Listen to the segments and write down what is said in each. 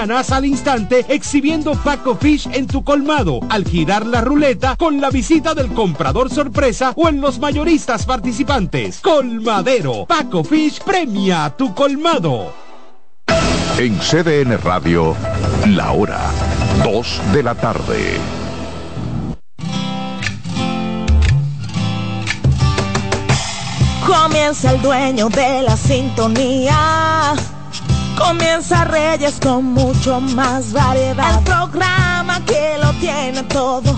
Ganas al instante exhibiendo Paco Fish en tu colmado, al girar la ruleta con la visita del comprador sorpresa o en los mayoristas participantes. Colmadero, Paco Fish premia a tu colmado. En CDN Radio, la hora 2 de la tarde. Comienza el dueño de la sintonía. Comienza Reyes con mucho más variedad. El programa que lo tiene todo.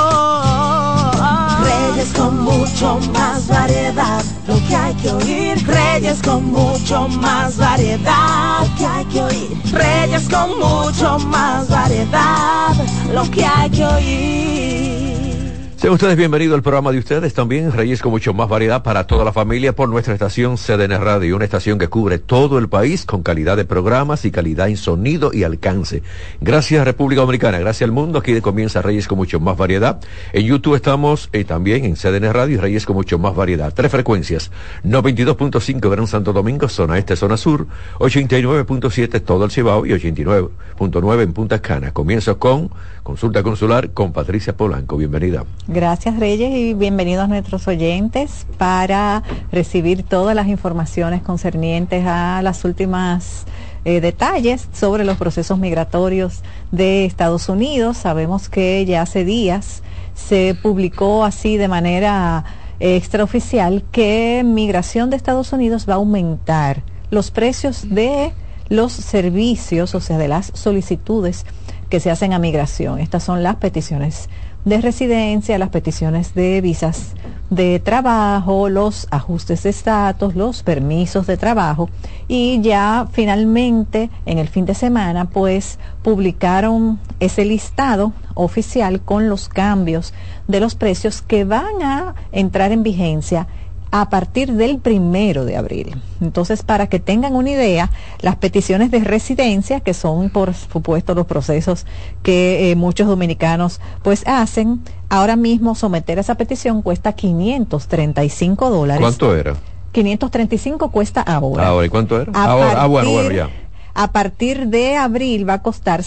Reyes con mucho más variedad. Lo que hay que oír. Reyes con mucho más variedad. Lo que hay que oír. Reyes con mucho más variedad. Lo que hay que oír. Sean ustedes bienvenidos al programa de ustedes, también Reyes con mucho más variedad para toda la familia por nuestra estación CDN Radio, una estación que cubre todo el país con calidad de programas y calidad en sonido y alcance. Gracias República Dominicana, gracias al mundo, aquí comienza Reyes con mucho más variedad. En YouTube estamos también en CDN Radio y Reyes con mucho más variedad. 3 frecuencias, 92.5 Gran Santo Domingo, zona este, zona sur, 89.7 todo el Cibao y 89.9 en Punta Cana. Comienzo con Consulta Consular con Patricia Polanco, bienvenida. Gracias Reyes y bienvenidos a nuestros oyentes para recibir todas las informaciones concernientes a las últimas detalles sobre los procesos migratorios de Estados Unidos. Sabemos que ya hace días se publicó así de manera extraoficial que Migración de Estados Unidos va a aumentar los precios de los servicios, o sea, de las solicitudes que se hacen a migración. Estas son las peticiones de residencia, las peticiones de visas de trabajo, los ajustes de estatus, los permisos de trabajo, y ya finalmente en el fin de semana pues publicaron ese listado oficial con los cambios de los precios que van a entrar en vigencia a partir del 1 de abril. Entonces, para que tengan una idea, las peticiones de residencia, que son por supuesto los procesos que muchos dominicanos pues hacen, ahora mismo someter esa petición cuesta $535. ¿Cuánto era? 535 cuesta ahora. Ahora, ¿y cuánto era? Bueno, ya. A partir de abril va a costar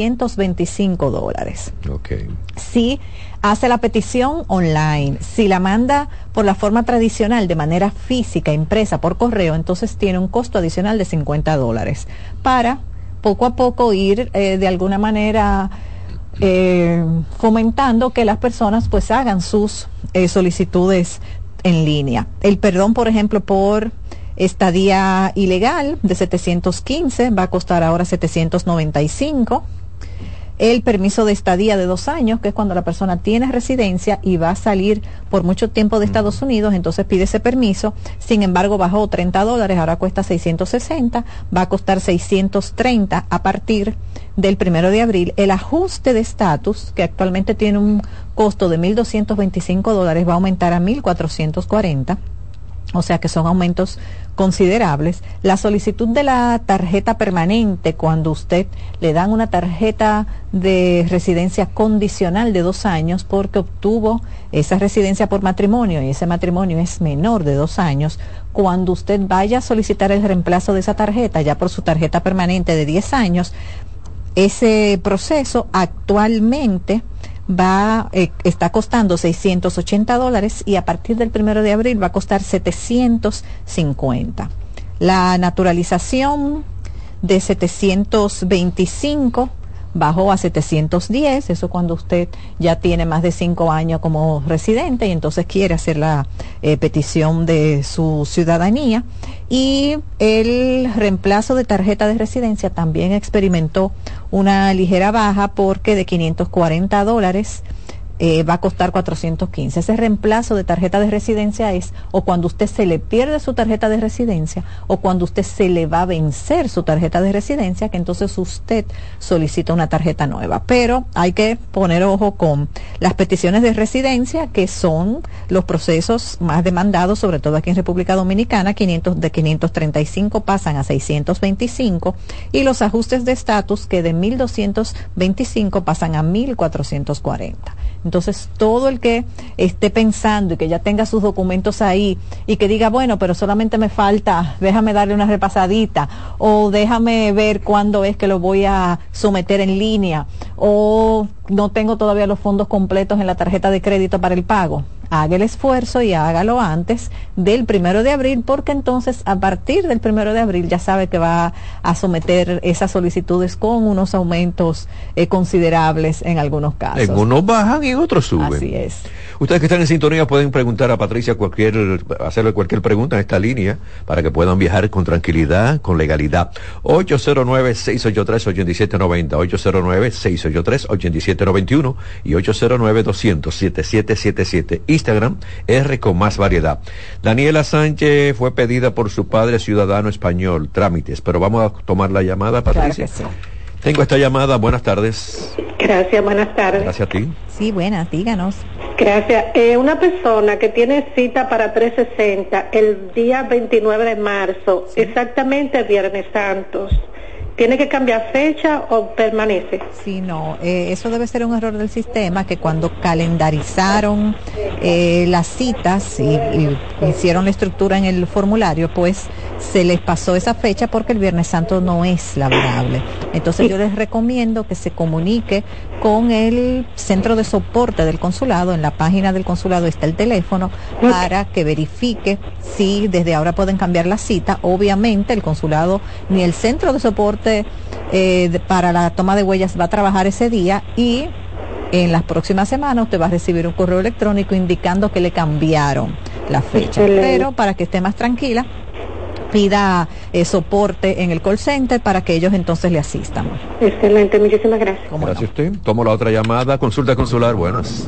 $625. Okay. Si hace la petición online, si la manda por la forma tradicional de manera física, impresa por correo, entonces tiene un costo adicional de $50 para poco a poco ir de alguna manera fomentando que las personas pues hagan sus solicitudes en línea. El perdón, por ejemplo, por estadía ilegal de 715 va a costar ahora 795. El permiso de estadía de 2 años, que es cuando la persona tiene residencia y va a salir por mucho tiempo de Estados Unidos, entonces pide ese permiso. Sin embargo, bajó $30, ahora cuesta 660, va a costar 630 a partir del 1 de abril. El ajuste de estatus, que actualmente tiene un costo de $1,225, va a aumentar a 1,440. O sea que son aumentos considerables. La solicitud de la tarjeta permanente, cuando usted le dan una tarjeta de residencia condicional de 2 años porque obtuvo esa residencia por matrimonio y ese matrimonio es menor de 2 años, cuando usted vaya a solicitar el reemplazo de esa tarjeta ya por su tarjeta permanente de 10 años, ese proceso actualmente está costando $680 y a partir del 1 de abril va a costar 750. La naturalización de 725 bajó a 710, eso cuando usted ya tiene más de 5 años como residente y entonces quiere hacer la petición de su ciudadanía. Y el reemplazo de tarjeta de residencia también experimentó una ligera baja porque de $540 va a costar 415. Ese reemplazo de tarjeta de residencia es o cuando usted se le pierde su tarjeta de residencia o cuando usted se le va a vencer su tarjeta de residencia, que entonces usted solicita una tarjeta nueva. Pero hay que poner ojo con las peticiones de residencia, que son los procesos más demandados, sobre todo aquí en República Dominicana. De 535 pasan a 625, y los ajustes de estatus, que de 1,225 pasan a 1,440. Entonces, todo el que esté pensando y que ya tenga sus documentos ahí y que diga, bueno, pero solamente me falta, déjame darle una repasadita, o déjame ver cuándo es que lo voy a someter en línea, o no tengo todavía los fondos completos en la tarjeta de crédito para el pago. Haga el esfuerzo y hágalo antes del 1 de abril, porque entonces a partir del 1 de abril ya sabe que va a someter esas solicitudes con unos aumentos considerables en algunos casos. En unos bajan y en otros suben. Así es. Ustedes que están en sintonía pueden preguntar a Patricia hacerle cualquier pregunta en esta línea para que puedan viajar con tranquilidad, con legalidad. 809-683-8790, 809-683-8791 y 809-200-7777. Instagram, R con más variedad. Daniela Sánchez fue pedida por su padre ciudadano español, trámites, pero vamos a tomar la llamada, Patricia. Claro que sí. Tengo esta llamada, buenas tardes. Gracias, buenas tardes. Gracias a ti. Sí, buenas, díganos. Gracias. Una persona que tiene cita para 360 el día 29 de marzo, sí, exactamente Viernes Santos, ¿tiene que cambiar fecha o permanece? Sí, no, eso debe ser un error del sistema, que cuando calendarizaron las citas y hicieron la estructura en el formulario, pues se les pasó esa fecha porque el Viernes Santo no es laborable. Entonces yo les recomiendo que se comunique con el centro de soporte del consulado. En la página del consulado está el teléfono para que verifique si desde ahora pueden cambiar la cita. Obviamente el consulado ni el centro de soporte para la toma de huellas va a trabajar ese día, y en las próximas semanas usted va a recibir un correo electrónico indicando que le cambiaron la fecha. Pero para que esté más tranquila, pida soporte en el call center para que ellos entonces le asistan. Excelente, muchísimas gracias. Gracias a usted. Tomo la otra llamada. Consulta consular, buenas.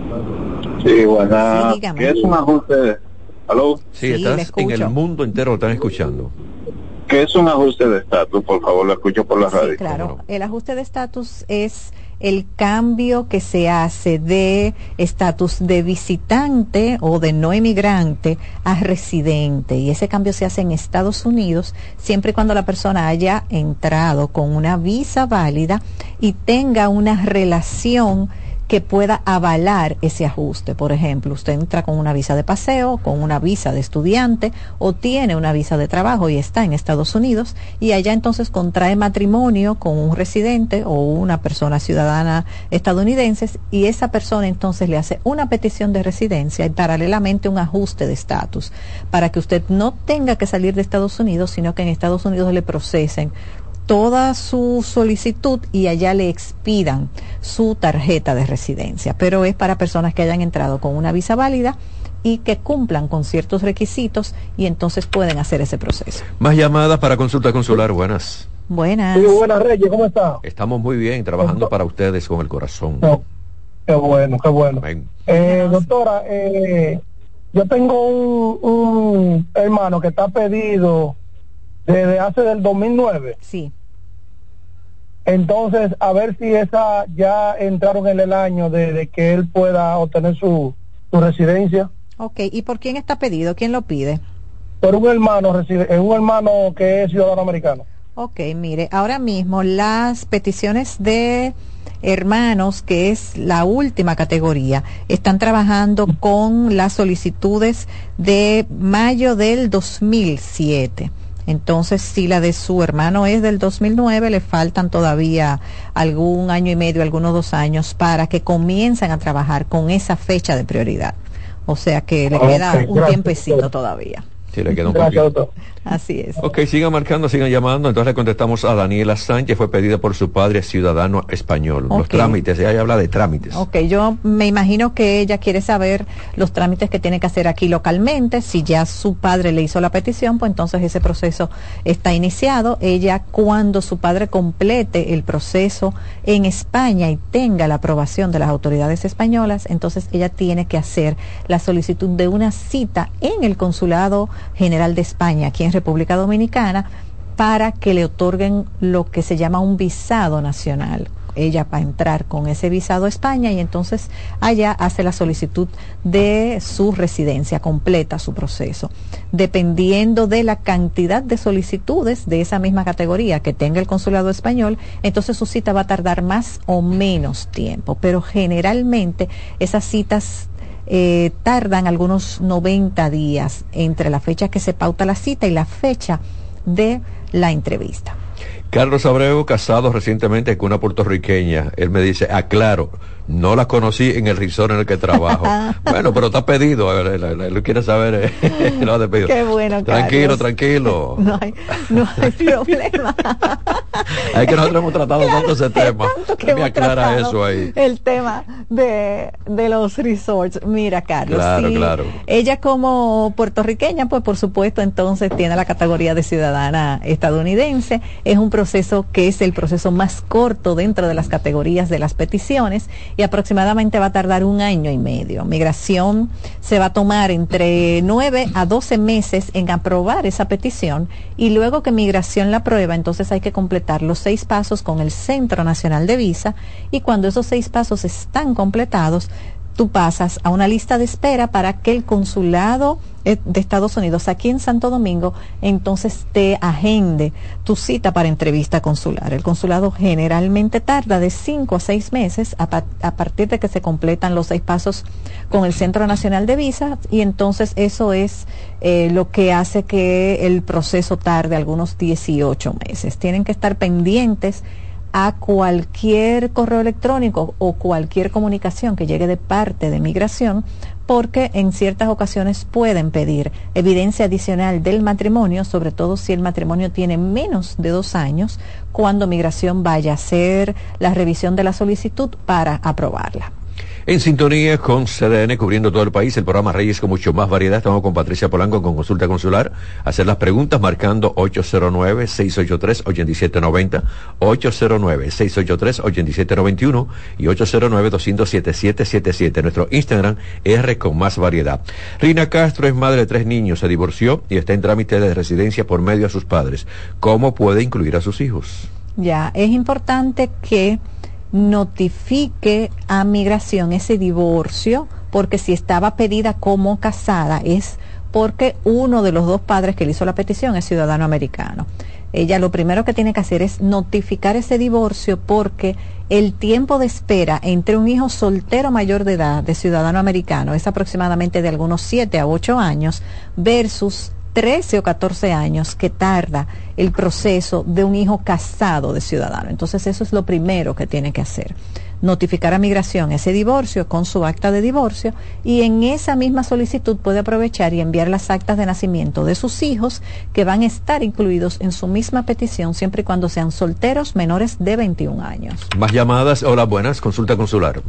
Sí, buenas. Sí, ¿Qué es un ajuste? ¿Aló? Sí, estás en el mundo entero, lo están escuchando. ¿Qué es un ajuste de estatus? Por favor, lo escucho por la radio. Sí, claro. El ajuste de estatus es el cambio que se hace de estatus de visitante o de no emigrante a residente, y ese cambio se hace en Estados Unidos siempre y cuando la persona haya entrado con una visa válida y tenga una relación que pueda avalar ese ajuste. Por ejemplo, usted entra con una visa de paseo, con una visa de estudiante, o tiene una visa de trabajo y está en Estados Unidos, y allá entonces contrae matrimonio con un residente o una persona ciudadana estadounidense, y esa persona entonces le hace una petición de residencia y paralelamente un ajuste de estatus, para que usted no tenga que salir de Estados Unidos, sino que en Estados Unidos le procesen toda su solicitud y allá le expidan su tarjeta de residencia. Pero es para personas que hayan entrado con una visa válida y que cumplan con ciertos requisitos, y entonces pueden hacer ese proceso. Más llamadas para consulta consular, buenas. Buenas. Sí, buenas, Reyes, ¿cómo está? Estamos muy bien, trabajando para ustedes con el corazón. No, qué bueno, qué bueno. Doctora, yo tengo un hermano que está pedido desde hace del 2009. Sí. Entonces, a ver si esa ya entraron en el año de que él pueda obtener su residencia. Ok, ¿y por quién está pedido? ¿Quién lo pide? Por un hermano que es ciudadano americano. Ok, mire, ahora mismo las peticiones de hermanos, que es la última categoría, están trabajando con las solicitudes de mayo del 2007. Entonces, si la de su hermano es del 2009, le faltan todavía algún año y medio, algunos 2 años, para que comiencen a trabajar con esa fecha de prioridad. O sea que le queda un tiempecito todavía. Sí, le queda un poquito. Así es. Ok, sigan marcando, sigan llamando. Entonces le contestamos a Daniela Sánchez, fue pedida por su padre ciudadano español. Okay. Los trámites, ella habla de trámites. Ok, yo me imagino que ella quiere saber los trámites que tiene que hacer aquí localmente. Si ya su padre le hizo la petición, pues entonces ese proceso está iniciado. Ella, cuando su padre complete el proceso en España y tenga la aprobación de las autoridades españolas, entonces ella tiene que hacer la solicitud de una cita en el Consulado General de España, aquí en República Dominicana, para que le otorguen lo que se llama un visado nacional. ella va a entrar con ese visado a España y entonces allá hace la solicitud de su residencia, completa su proceso. Dependiendo de la cantidad de solicitudes de esa misma categoría que tenga el consulado español, entonces su cita va a tardar más o menos tiempo, pero generalmente esas citas tardan algunos 90 días entre la fecha que se pauta la cita y la fecha de la entrevista. Carlos Abreu, casado recientemente con una puertorriqueña, él me dice, aclaro, no la conocí en el resort en el que trabajo. Bueno, pero está pedido, él quiere saber, lo ha pedido. Qué bueno, Tranquilo, Carlos. Tranquilo. No hay problema. Es que nosotros hemos tratado tanto ese tema. Me aclara eso ahí. El tema de los resorts. Mira, Carlos, claro, sí, claro. Ella como puertorriqueña, pues por supuesto, entonces tiene la categoría de ciudadana estadounidense. Es un proceso que es el proceso más corto dentro de las categorías de las peticiones y aproximadamente va a tardar 1 año y medio. Migración se va a tomar entre 9 a 12 meses en aprobar esa petición y luego que Migración la aprueba, entonces hay que completar los 6 pasos con el Centro Nacional de Visa y cuando esos 6 pasos están completados, tú pasas a una lista de espera para que el consulado de Estados Unidos aquí en Santo Domingo entonces te agende tu cita para entrevista consular. El consulado generalmente tarda de 5 a 6 meses a partir de que se completan los 6 pasos con el Centro Nacional de Visa y entonces eso es lo que hace que el proceso tarde algunos 18 meses. Tienen que estar pendientes a cualquier correo electrónico o cualquier comunicación que llegue de parte de Migración, porque en ciertas ocasiones pueden pedir evidencia adicional del matrimonio, sobre todo si el matrimonio tiene menos de 2 años, cuando Migración vaya a hacer la revisión de la solicitud para aprobarla. En sintonía con CDN, cubriendo todo el país, el programa Reyes con mucho más variedad. Estamos con Patricia Polanco con Consulta Consular. Hacer las preguntas marcando 809-683-8790, 809-683-8791 y 809-207-777. Nuestro Instagram, R con más variedad. Rina Castro es madre de 3 niños, se divorció y está en trámite de residencia por medio a sus padres. ¿Cómo puede incluir a sus hijos? Ya, es importante que notifique a Migración ese divorcio, porque si estaba pedida como casada es porque uno de los 2 padres que le hizo la petición es ciudadano americano. Ella lo primero que tiene que hacer es notificar ese divorcio porque el tiempo de espera entre un hijo soltero mayor de edad de ciudadano americano es aproximadamente de algunos 7 a 8 años versus 13 o 14 años que tarda el proceso de un hijo casado de ciudadano. Entonces eso es lo primero que tiene que hacer. Notificar a Migración ese divorcio con su acta de divorcio y en esa misma solicitud puede aprovechar y enviar las actas de nacimiento de sus hijos que van a estar incluidos en su misma petición siempre y cuando sean solteros menores de 21 años. Más llamadas. Hola, buenas. Consulta Consular.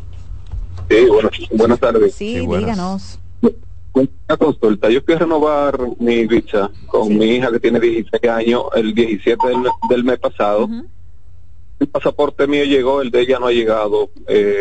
Sí, buenas tardes. Sí, díganos. Una consulta, yo quiero renovar mi visa con mi hija que tiene 16 años el 17 del mes pasado. El pasaporte mío llegó, el de ella no ha llegado.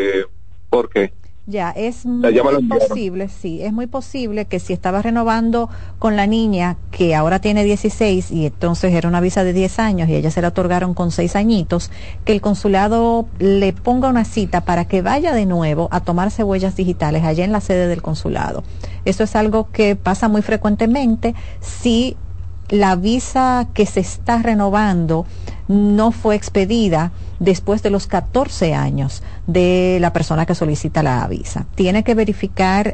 ¿Por qué? Ya, es muy posible, sí, es muy posible que si estaba renovando con la niña que ahora tiene 16 y entonces era una visa de 10 años y ella se la otorgaron con 6 añitos, que el consulado le ponga una cita para que vaya de nuevo a tomarse huellas digitales allá en la sede del consulado. Eso es algo que pasa muy frecuentemente si la visa que se está renovando no fue expedida después de los 14 años de la persona que solicita la visa. Tiene que verificar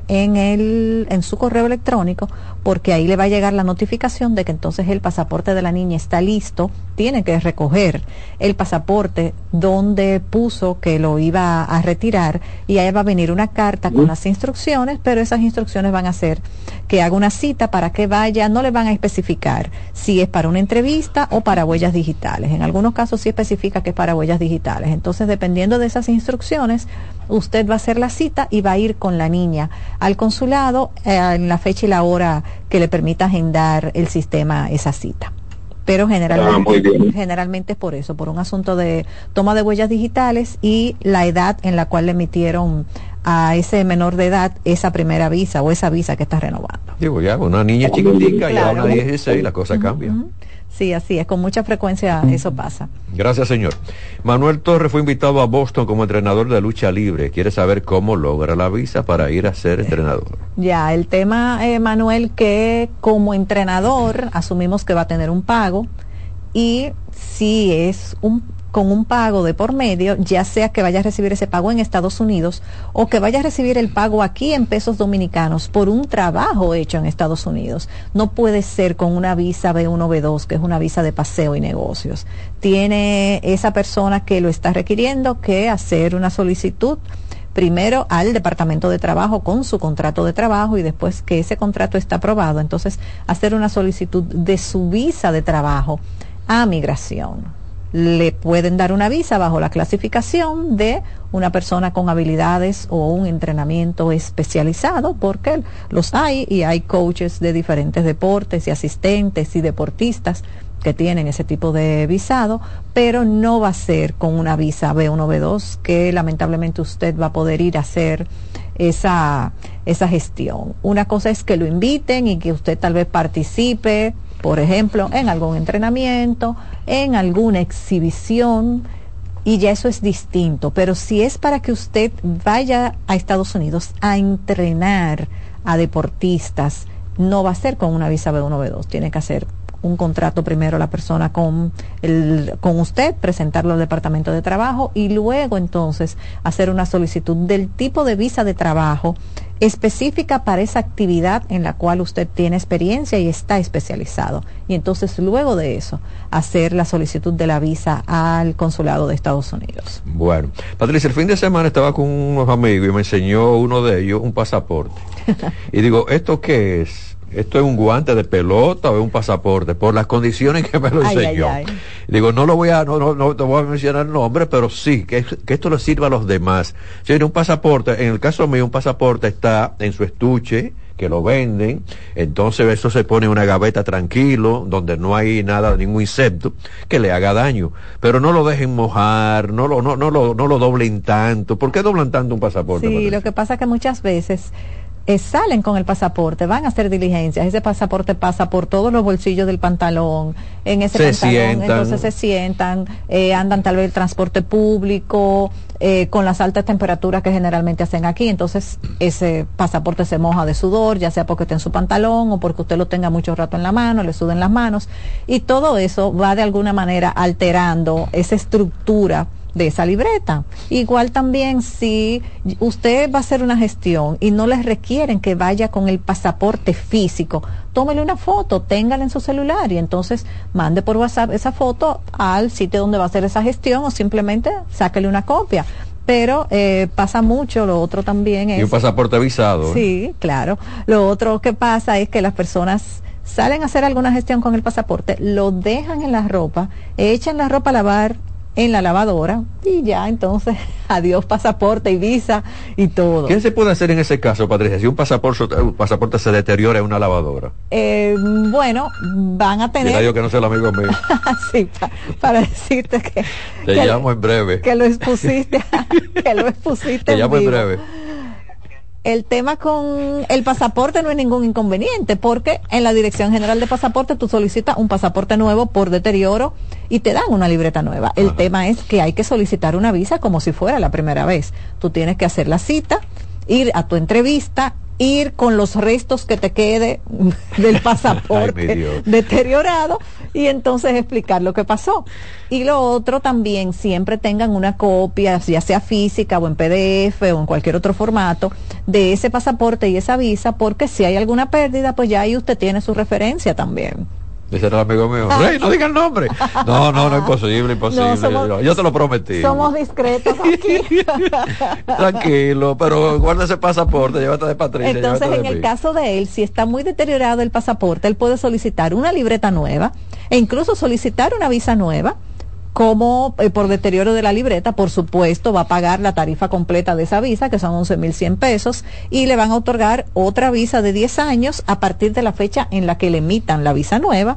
en su correo electrónico porque ahí le va a llegar la notificación de que entonces el pasaporte de la niña está listo. Tiene que recoger el pasaporte donde puso que lo iba a retirar y ahí va a venir una carta con las instrucciones, pero esas instrucciones van a hacer que haga una cita para que vaya, no le van a especificar si es para una entrevista o para huellas digitales. En algunos casos sí especifica que es para huellas digitales. Entonces, dependiendo de esas instrucciones, usted va a hacer la cita y va a ir con la niña al consulado en la fecha y la hora que le permita agendar el sistema esa cita. Pero generalmente es por eso, por un asunto de toma de huellas digitales y la edad en la cual le emitieron a ese menor de edad esa primera visa o esa visa que está renovando. Digo, ya, una niña chiquitica, claro. Ya una 16, la cosa cambia. Sí, así es, con mucha frecuencia eso pasa. Gracias, señor. Manuel Torres fue invitado a Boston como entrenador de lucha libre. Quiere saber cómo logra la visa para ir a ser entrenador. Ya, el tema, Manuel, que como entrenador asumimos que va a tener un pago, y si es con un pago de por medio, ya sea que vaya a recibir ese pago en Estados Unidos o que vaya a recibir el pago aquí en pesos dominicanos por un trabajo hecho en Estados Unidos. No puede ser con una visa B1, B2, que es una visa de paseo y negocios. Tiene esa persona que lo está requiriendo que hacer una solicitud primero al Departamento de Trabajo con su contrato de trabajo, y después que ese contrato está aprobado, entonces hacer una solicitud de su visa de trabajo a Migración. Le pueden dar una visa bajo la clasificación de una persona con habilidades o un entrenamiento especializado, porque los hay, y hay coaches de diferentes deportes y asistentes y deportistas que tienen ese tipo de visado, pero no va a ser con una visa B1, B2, que lamentablemente usted va a poder ir a hacer esa gestión. Una cosa es que lo inviten y que usted tal vez participe, por ejemplo, en algún entrenamiento, en alguna exhibición, y ya eso es distinto. Pero si es para que usted vaya a Estados Unidos a entrenar a deportistas, no va a ser con una visa B1, B2. Tiene que hacer un contrato primero la persona con usted, presentarlo al Departamento de Trabajo, y luego entonces hacer una solicitud del tipo de visa de trabajo específica para esa actividad en la cual usted tiene experiencia y está especializado. Y entonces luego de eso hacer la solicitud de la visa al consulado de Estados Unidos. Bueno, Patricia, el fin de semana estaba con unos amigos y me enseñó uno de ellos un pasaporte. Y digo, ¿esto qué es? ¿Esto es un guante de pelota o es un pasaporte? Por las condiciones que me lo enseñó. Digo, no te voy a mencionar el nombre, pero sí, que esto le sirva a los demás. Si un pasaporte, en el caso mío, un pasaporte está en su estuche, que lo venden, entonces eso se pone en una gaveta tranquilo, donde no hay nada, ningún insecto que le haga daño. Pero no lo dejen mojar, no lo doblen tanto. ¿Por qué doblan tanto un pasaporte? Sí, lo que pasa es que muchas veces salen con el pasaporte, van a hacer diligencias, ese pasaporte pasa por todos los bolsillos del pantalón, en ese pantalón, entonces se sientan, andan tal vez el transporte público, con las altas temperaturas que generalmente hacen aquí, entonces ese pasaporte se moja de sudor, ya sea porque esté en su pantalón o porque usted lo tenga mucho rato en la mano, le suden las manos, y todo eso va de alguna manera alterando esa estructura de esa libreta. Igual también si usted va a hacer una gestión y no les requieren que vaya con el pasaporte físico, tómele una foto, téngala en su celular y entonces mande por WhatsApp esa foto al sitio donde va a hacer esa gestión, o simplemente sáquele una copia. Pero pasa mucho, lo otro también es... Y un pasaporte visado. Sí, claro. Lo otro que pasa es que las personas salen a hacer alguna gestión con el pasaporte, lo dejan en la ropa, echan la ropa a lavar en la lavadora y ya, entonces adiós pasaporte y visa y todo. ¿Qué se puede hacer en ese caso, Patricia, si un pasaporte se deteriora en una lavadora? Bueno, van a tener... Mira yo que no soy el amigo mío. Sí, para decirte que... Te llamo en breve. Que lo expusiste. Que lo expusiste. Te llamo en breve. El tema con el pasaporte no es ningún inconveniente, porque en la Dirección General de Pasaporte tú solicitas un pasaporte nuevo por deterioro y te dan una libreta nueva. El tema es que hay que solicitar una visa como si fuera la primera vez. Tú tienes que hacer la cita, ir a tu entrevista, ir con los restos que te quede del pasaporte deteriorado y entonces explicar lo que pasó. Y lo otro también, siempre tengan una copia, ya sea física o en PDF o en cualquier otro formato, de ese pasaporte y esa visa, porque si hay alguna pérdida, pues ya ahí usted tiene su referencia también. Dice el amigo mío, Rey, no diga el nombre. No, imposible. No, yo te lo prometí. Somos discretos aquí. Tranquilo, pero guarda ese pasaporte, llévate de Patricia. Entonces, en el caso de él, si está muy deteriorado el pasaporte, él puede solicitar una libreta nueva e incluso solicitar una visa nueva. Como por deterioro de la libreta, por supuesto, va a pagar la tarifa completa de esa visa, que son 11,100 pesos, y le van a otorgar otra visa de 10 años a partir de la fecha en la que le emitan la visa nueva,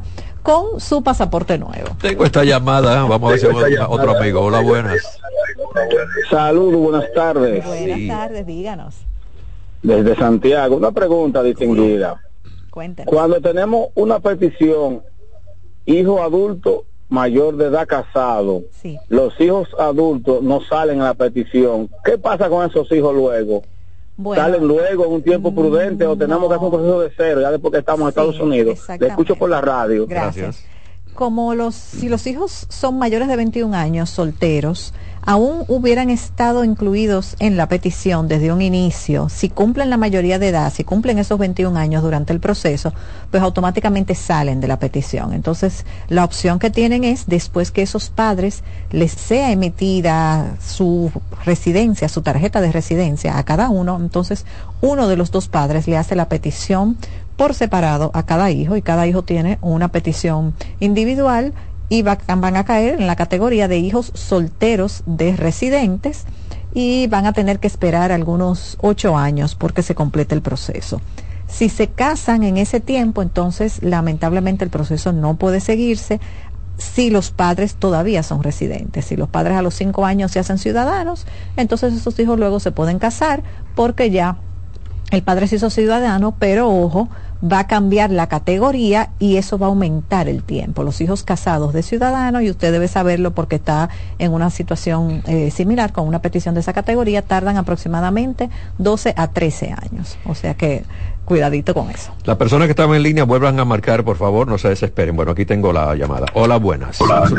con su pasaporte nuevo. Tengo esta llamada, vamos a ver si otro amigo. Hola, buenas. Saludos, buenas tardes. Buenas tardes, díganos. Desde Santiago, una pregunta distinguida. Cuéntenos. Cuando tenemos una petición, hijo adulto mayor de edad casado, sí, los hijos adultos no salen a la petición, ¿qué pasa con esos hijos luego? Bueno, ¿salen luego en un tiempo prudente o tenemos que hacer un proceso de cero ya después que estamos en Estados Unidos? Le escucho por la radio. Gracias. Como si los hijos son mayores de 21 años, solteros, aún hubieran estado incluidos en la petición desde un inicio, si cumplen la mayoría de edad, si cumplen esos 21 años durante el proceso, pues automáticamente salen de la petición. Entonces, la opción que tienen es, después que esos padres les sea emitida su residencia, su tarjeta de residencia a cada uno, entonces uno de los dos padres le hace la petición por separado a cada hijo, y cada hijo tiene una petición individual, y van a caer en la categoría de hijos solteros de residentes, y van a tener que esperar algunos 8 años porque se complete el proceso. Si se casan en ese tiempo, entonces lamentablemente el proceso no puede seguirse si los padres todavía son residentes. Si los padres a los 5 años se hacen ciudadanos, entonces esos hijos luego se pueden casar porque ya el padre se hizo ciudadano, pero ojo, va a cambiar la categoría y eso va a aumentar el tiempo. Los hijos casados de ciudadanos, y usted debe saberlo porque está en una situación similar con una petición de esa categoría, tardan aproximadamente 12 a 13 años. O sea que cuidadito con eso. Las personas que estaban en línea vuelvan a marcar, por favor, no se desesperen. Bueno, aquí tengo la llamada. Hola, buenas. Baja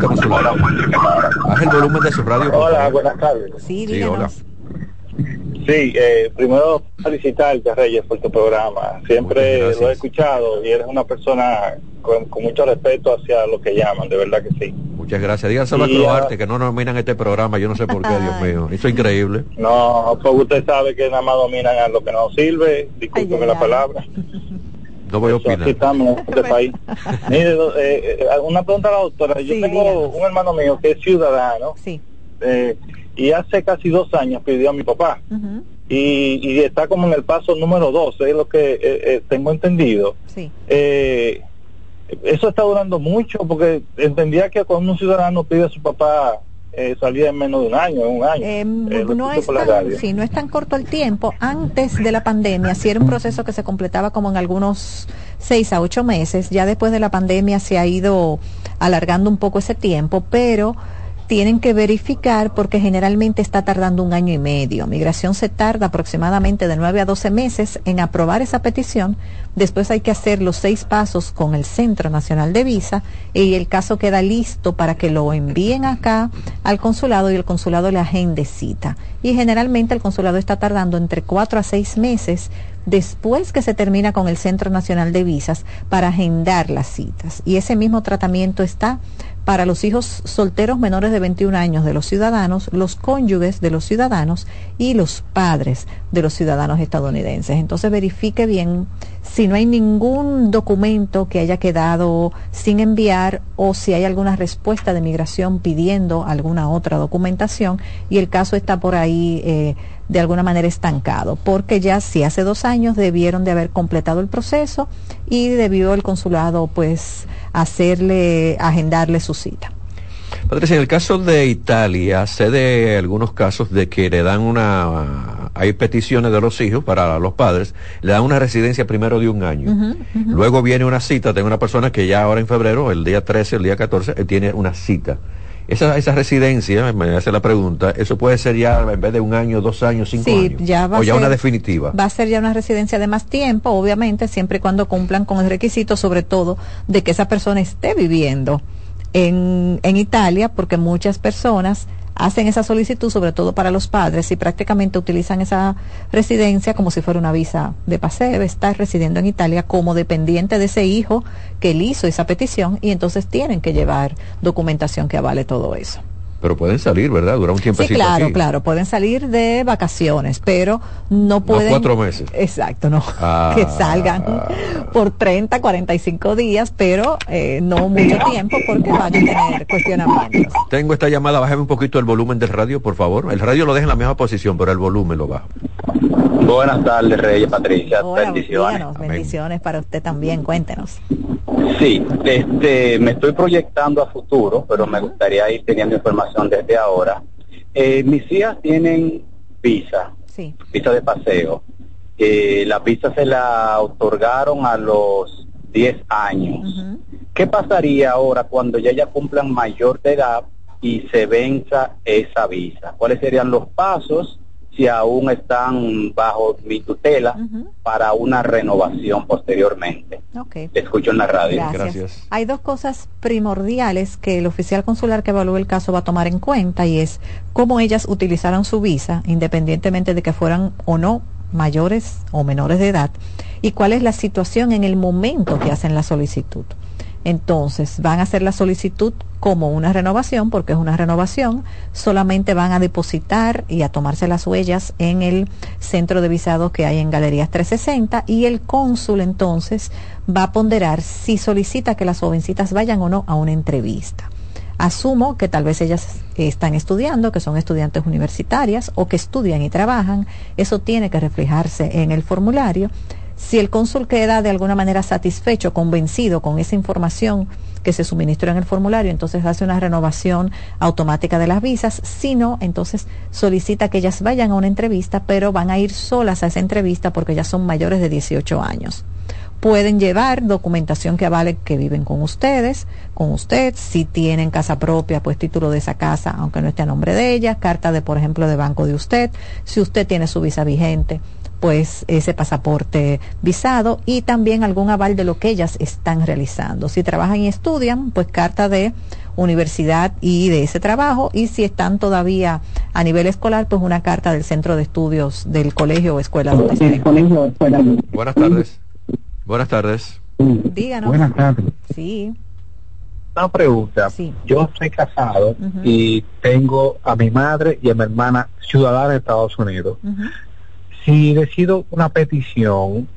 el volumen de su radio. Hola, buenas tardes. Sí, díganos. Hola. Sí, primero felicitarte, Reyes, por tu programa. Siempre lo he escuchado y eres una persona con mucho respeto hacia lo que llaman, de verdad que sí. Muchas gracias. Díganselo a Croarte que no dominan este programa, yo no sé por qué, Dios mío. Eso es increíble. No, porque usted sabe que nada más dominan a lo que no sirve, discúlpeme la palabra. No voy a opinar. Así estamos en este país. Mire, una pregunta a la doctora. Yo tengo un hermano mío que es ciudadano. Sí. Y hace casi 2 años pidió a mi papá. Y está como en el paso número 12, es lo que tengo entendido. Sí. Eso está durando mucho, porque entendía que cuando un ciudadano pide a su papá salía en menos de un año, no es tan corto el tiempo. Antes de la pandemia, sí era un proceso que se completaba como en algunos 6 a 8 meses. Ya después de la pandemia se ha ido alargando un poco ese tiempo, pero tienen que verificar porque generalmente está tardando 1 año y medio. Migración se tarda aproximadamente de 9 a 12 meses en aprobar esa petición. Después hay que hacer los 6 pasos con el Centro Nacional de Visa y el caso queda listo para que lo envíen acá al consulado y el consulado le agende cita. Y generalmente el consulado está tardando entre 4 a 6 meses después que se termina con el Centro Nacional de Visas para agendar las citas. Y ese mismo tratamiento está para los hijos solteros menores de 21 años de los ciudadanos, los cónyuges de los ciudadanos y los padres de los ciudadanos estadounidenses. Entonces verifique bien si no hay ningún documento que haya quedado sin enviar o si hay alguna respuesta de migración pidiendo alguna otra documentación y el caso está por ahí de alguna manera estancado, porque ya si hace 2 años debieron de haber completado el proceso y debió el consulado pues agendarle su cita. Patricia, en el caso de Italia, sé de algunos casos de que le dan hay peticiones de los hijos para los padres, le dan una residencia primero de 1 año. Luego viene una cita, tengo una persona que ya ahora en febrero, el día 13, el día 14, tiene una cita. Esa residencia, me hace la pregunta, ¿eso puede ser ya en vez de 1 año, 2 años, 5 años? O ya una definitiva. Va a ser ya una residencia de más tiempo, obviamente, siempre y cuando cumplan con el requisito, sobre todo, de que esa persona esté viviendo en Italia, porque muchas personas hacen esa solicitud, sobre todo para los padres, y prácticamente utilizan esa residencia como si fuera una visa de paseo, estar residiendo en Italia como dependiente de ese hijo que él hizo esa petición, y entonces tienen que llevar documentación que avale todo eso. Pero pueden salir, ¿verdad? Dura un tiempecito. Sí, claro, aquí. Claro, pueden salir de vacaciones, pero no pueden... No 4 meses. Exacto, no, que salgan por 30, 45 días, pero no mucho tiempo porque van a tener cuestionamientos. Tengo esta llamada, bájame un poquito el volumen del radio, por favor. El radio lo deja en la misma posición, pero el volumen lo bajo. Buenas tardes, Reyes, Patricia. Hola, bendiciones. Bendiciones para usted también, cuéntenos. Sí, me estoy proyectando a futuro, pero me gustaría ir teniendo información desde ahora. Mis hijas tienen visa, visa de paseo. La visa se la otorgaron a los 10 años. Uh-huh. ¿Qué pasaría ahora cuando ya cumplan mayor de edad y se venza esa visa? ¿Cuáles serían los pasos si aún están bajo mi tutela para una renovación posteriormente? Okay. Te escucho en la radio. Gracias. Hay dos cosas primordiales que el oficial consular que evalúe el caso va a tomar en cuenta, y es cómo ellas utilizaron su visa, independientemente de que fueran o no mayores o menores de edad, y cuál es la situación en el momento que hacen la solicitud. Entonces, van a hacer la solicitud como una renovación, porque es una renovación, solamente van a depositar y a tomarse las huellas en el centro de visados que hay en Galerías 360, y el cónsul entonces va a ponderar si solicita que las jovencitas vayan o no a una entrevista. Asumo que tal vez ellas están estudiando, que son estudiantes universitarias o que estudian y trabajan. Eso tiene que reflejarse en el formulario. Si el cónsul queda de alguna manera satisfecho, convencido con esa información que se suministró en el formulario, entonces hace una renovación automática de las visas. Si no, entonces solicita que ellas vayan a una entrevista, pero van a ir solas a esa entrevista porque ya son mayores de 18 años. Pueden llevar documentación que avale que viven con usted, si tienen casa propia, pues título de esa casa, aunque no esté a nombre de ella, carta de, por ejemplo, de banco de usted, si usted tiene su visa vigente, pues ese pasaporte visado, y también algún aval de lo que ellas están realizando. Si trabajan y estudian, pues carta de universidad y de ese trabajo, y si están todavía a nivel escolar, pues una carta del centro de estudios del colegio o escuela donde estén. Buenas tardes. Buenas tardes. Díganos. Buenas tardes. Sí. Una pregunta. Sí. Yo estoy casado y tengo a mi madre y a mi hermana ciudadanas de Estados Unidos. Si decido una petición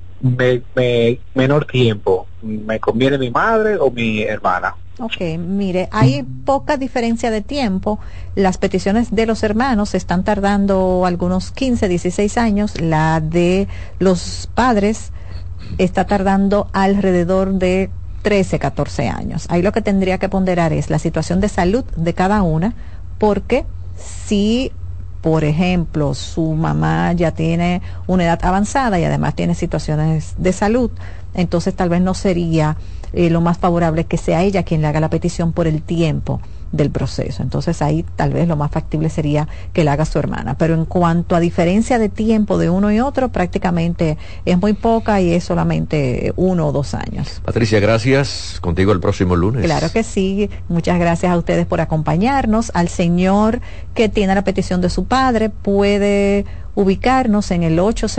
menor tiempo, ¿me conviene mi madre o mi hermana? Ok, mire, hay poca diferencia de tiempo. Las peticiones de los hermanos están tardando algunos 15, 16 años. La de los padres está tardando alrededor de 13, 14 años. Ahí lo que tendría que ponderar es la situación de salud de cada una, porque si, por ejemplo, su mamá ya tiene una edad avanzada y además tiene situaciones de salud, entonces tal vez no sería lo más favorable que sea ella quien le haga la petición por el tiempo del proceso. Entonces ahí tal vez lo más factible sería que la haga su hermana. Pero en cuanto a diferencia de tiempo de uno y otro, prácticamente es muy poca y es solamente 1 o 2 años. Patricia, gracias. Contigo el próximo lunes. Claro que sí. Muchas gracias a ustedes por acompañarnos. Al señor que tiene la petición de su padre puede ubicarnos en el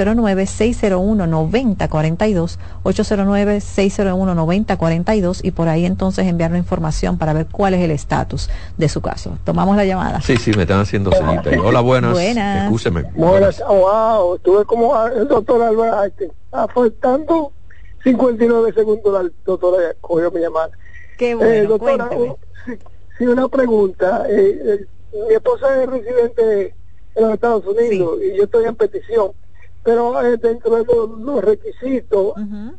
809-601-9042, 809-601-9042, y por ahí entonces enviarnos información para ver cuál es el estatus de su caso. Tomamos la llamada. Sí, me están haciendo señita. Hola, buenas. Buenas. Excúseme. Buenas. Wow, estuve como el doctor Albert, faltando 59 segundos, la doctora cogió mi llamada. Qué bueno, doctora, sí, una pregunta. Mi esposa es residente en los Estados Unidos, y yo estoy en petición, pero dentro de los requisitos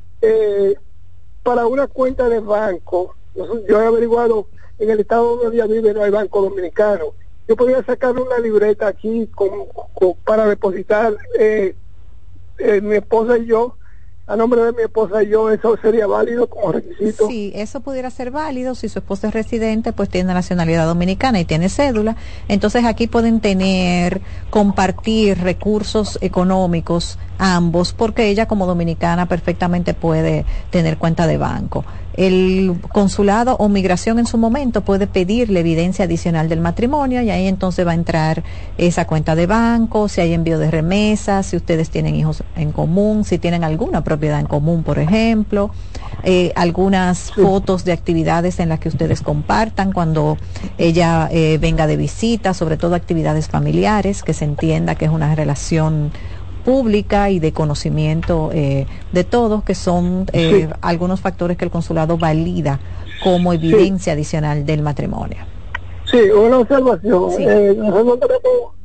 para una cuenta de banco, yo he averiguado en el estado donde ella vive no hay banco dominicano. Yo podría sacar una libreta aquí para depositar mi esposa y yo, a nombre de mi esposa y yo, ¿eso sería válido como requisito? Sí, eso pudiera ser válido. Si su esposa es residente, pues tiene nacionalidad dominicana y tiene cédula. Entonces aquí pueden compartir recursos económicos ambos, porque ella como dominicana perfectamente puede tener cuenta de banco. El consulado o migración en su momento puede pedirle evidencia adicional del matrimonio, y ahí entonces va a entrar esa cuenta de banco, si hay envío de remesas, si ustedes tienen hijos en común, si tienen alguna propiedad en común, por ejemplo, algunas fotos de actividades en las que ustedes compartan cuando ella venga de visita, sobre todo actividades familiares, que se entienda que es una relación pública y de conocimiento de todos, que son algunos factores que el consulado valida como evidencia adicional del matrimonio. Sí, una observación. Nosotros tenemos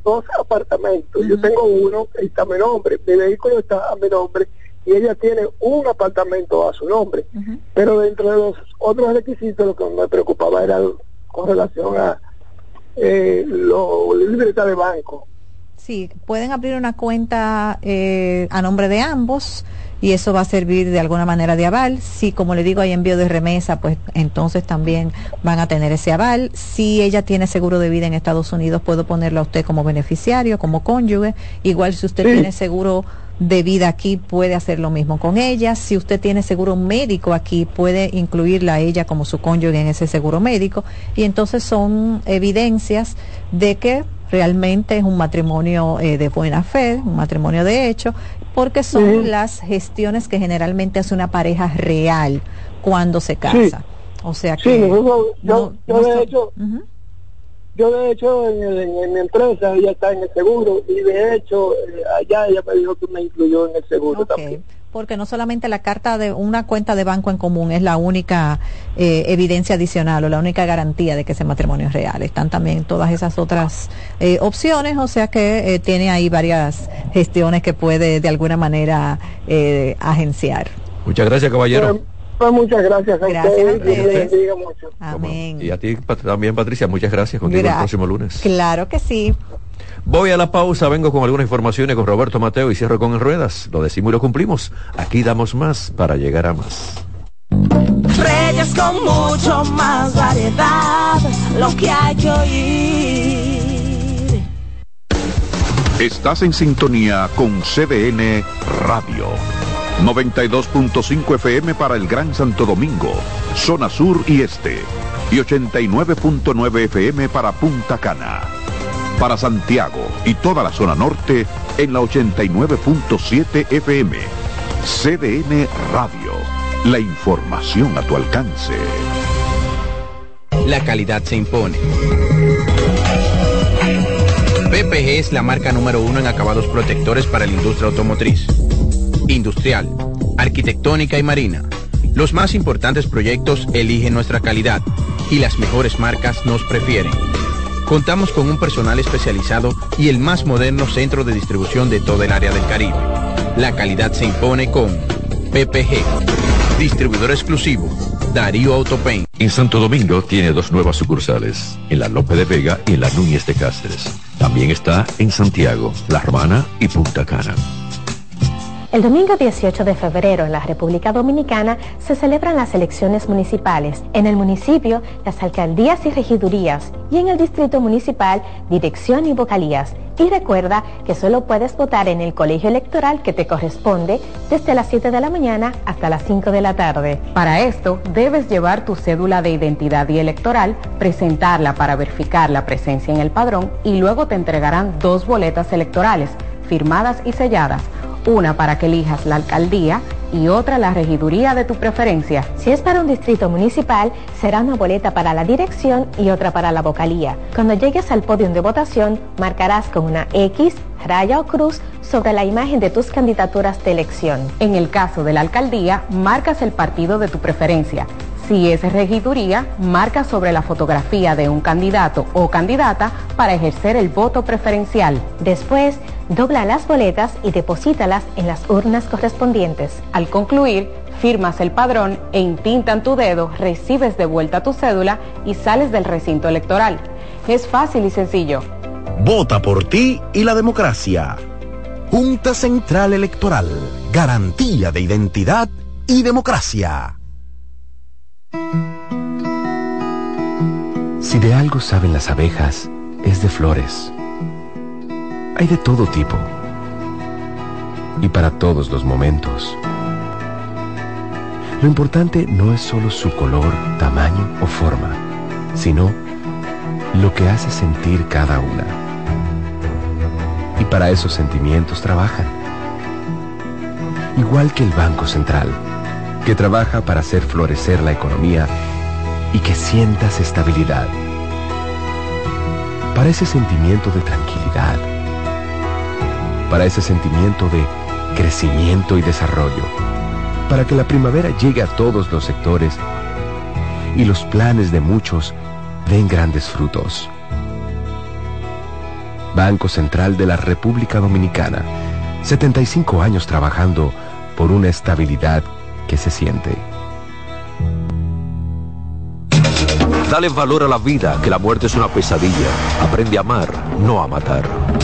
2 apartamentos. Yo tengo uno que está a mi nombre, mi vehículo está a mi nombre y ella tiene un apartamento a su nombre. Pero dentro de los otros requisitos lo que me preocupaba era con relación a la libreta de banco. Sí, pueden abrir una cuenta a nombre de ambos y eso va a servir de alguna manera de aval. Si, como le digo, hay envío de remesa, pues entonces también van a tener ese aval. Si ella tiene seguro de vida en Estados Unidos, puedo ponerla a usted como beneficiario, como cónyuge. Igual si usted tiene seguro de vida aquí, puede hacer lo mismo con ella. Si usted tiene seguro médico aquí, puede incluirla a ella como su cónyuge en ese seguro médico. Y entonces son evidencias de que realmente es un matrimonio de buena fe, un matrimonio de hecho, porque son las gestiones que generalmente hace una pareja real cuando se casa. O sea que yo de hecho en mi empresa ella está en el seguro y de hecho allá ella me dijo que me incluyó en el seguro también. Porque no solamente la carta de una cuenta de banco en común es la única evidencia adicional o la única garantía de que ese matrimonio es real. Están también todas esas otras opciones, o sea que tiene ahí varias gestiones que puede de alguna manera agenciar. Muchas gracias, caballero. Pues muchas gracias a ustedes. Dios les bendiga mucho. Amén. Y a ti también, Patricia, muchas gracias. Contigo el próximo lunes. Claro que sí. Voy a la pausa, vengo con algunas informaciones con Roberto Mateo y cierro con En Ruedas. Lo decimos y lo cumplimos. Aquí damos más para llegar a más. Reyes con mucho más variedad, lo que hay que oír. Estás en sintonía con CDN Radio. 92.5 FM para el Gran Santo Domingo, zona sur y este. Y 89.9 FM para Punta Cana. Para Santiago y toda la zona norte en la 89.7 FM. CDN Radio. La información a tu alcance. La calidad se impone. PPG es la marca número 1 en acabados protectores para la industria automotriz, industrial, arquitectónica y marina. Los más importantes proyectos eligen nuestra calidad y las mejores marcas nos prefieren. Contamos con un personal especializado y el más moderno centro de distribución de toda el área del Caribe. La calidad se impone con PPG. Distribuidor exclusivo, Darío Autopaint. En Santo Domingo tiene 2 nuevas sucursales, en la Lope de Vega y en la Núñez de Cáceres. También está en Santiago, La Romana y Punta Cana. El domingo 18 de febrero en la República Dominicana se celebran las elecciones municipales. En el municipio, las alcaldías y regidurías, y en el distrito municipal, dirección y vocalías. Y recuerda que solo puedes votar en el colegio electoral que te corresponde desde las 7 de la mañana hasta las 5 de la tarde. Para esto, debes llevar tu cédula de identidad y electoral, presentarla para verificar la presencia en el padrón y luego te entregarán 2 boletas electorales, firmadas y selladas. Una para que elijas la alcaldía y otra la regiduría de tu preferencia. Si es para un distrito municipal, será una boleta para la dirección y otra para la vocalía. Cuando llegues al podio de votación, marcarás con una X, raya o cruz sobre la imagen de tus candidaturas de elección. En el caso de la alcaldía, marcas el partido de tu preferencia. Si es regiduría, marca sobre la fotografía de un candidato o candidata para ejercer el voto preferencial. Después, dobla las boletas y deposítalas en las urnas correspondientes. Al concluir, firmas el padrón e intintan tu dedo, recibes de vuelta tu cédula y sales del recinto electoral. Es fácil y sencillo. Vota por ti y la democracia. Junta Central Electoral. Garantía de identidad y democracia. Si de algo saben las abejas, es de flores. Hay de todo tipo y para todos los momentos. Lo importante no es solo su color, tamaño o forma, sino lo que hace sentir cada una. Y para esos sentimientos trabajan. Igual que el Banco Central, que trabaja para hacer florecer la economía y que sientas estabilidad. Para ese sentimiento de tranquilidad. Para ese sentimiento de crecimiento y desarrollo. Para que la primavera llegue a todos los sectores y los planes de muchos den grandes frutos. Banco Central de la República Dominicana. 75 años trabajando por una estabilidad que se siente. Dale valor a la vida, que la muerte es una pesadilla. Aprende a amar, no a matar.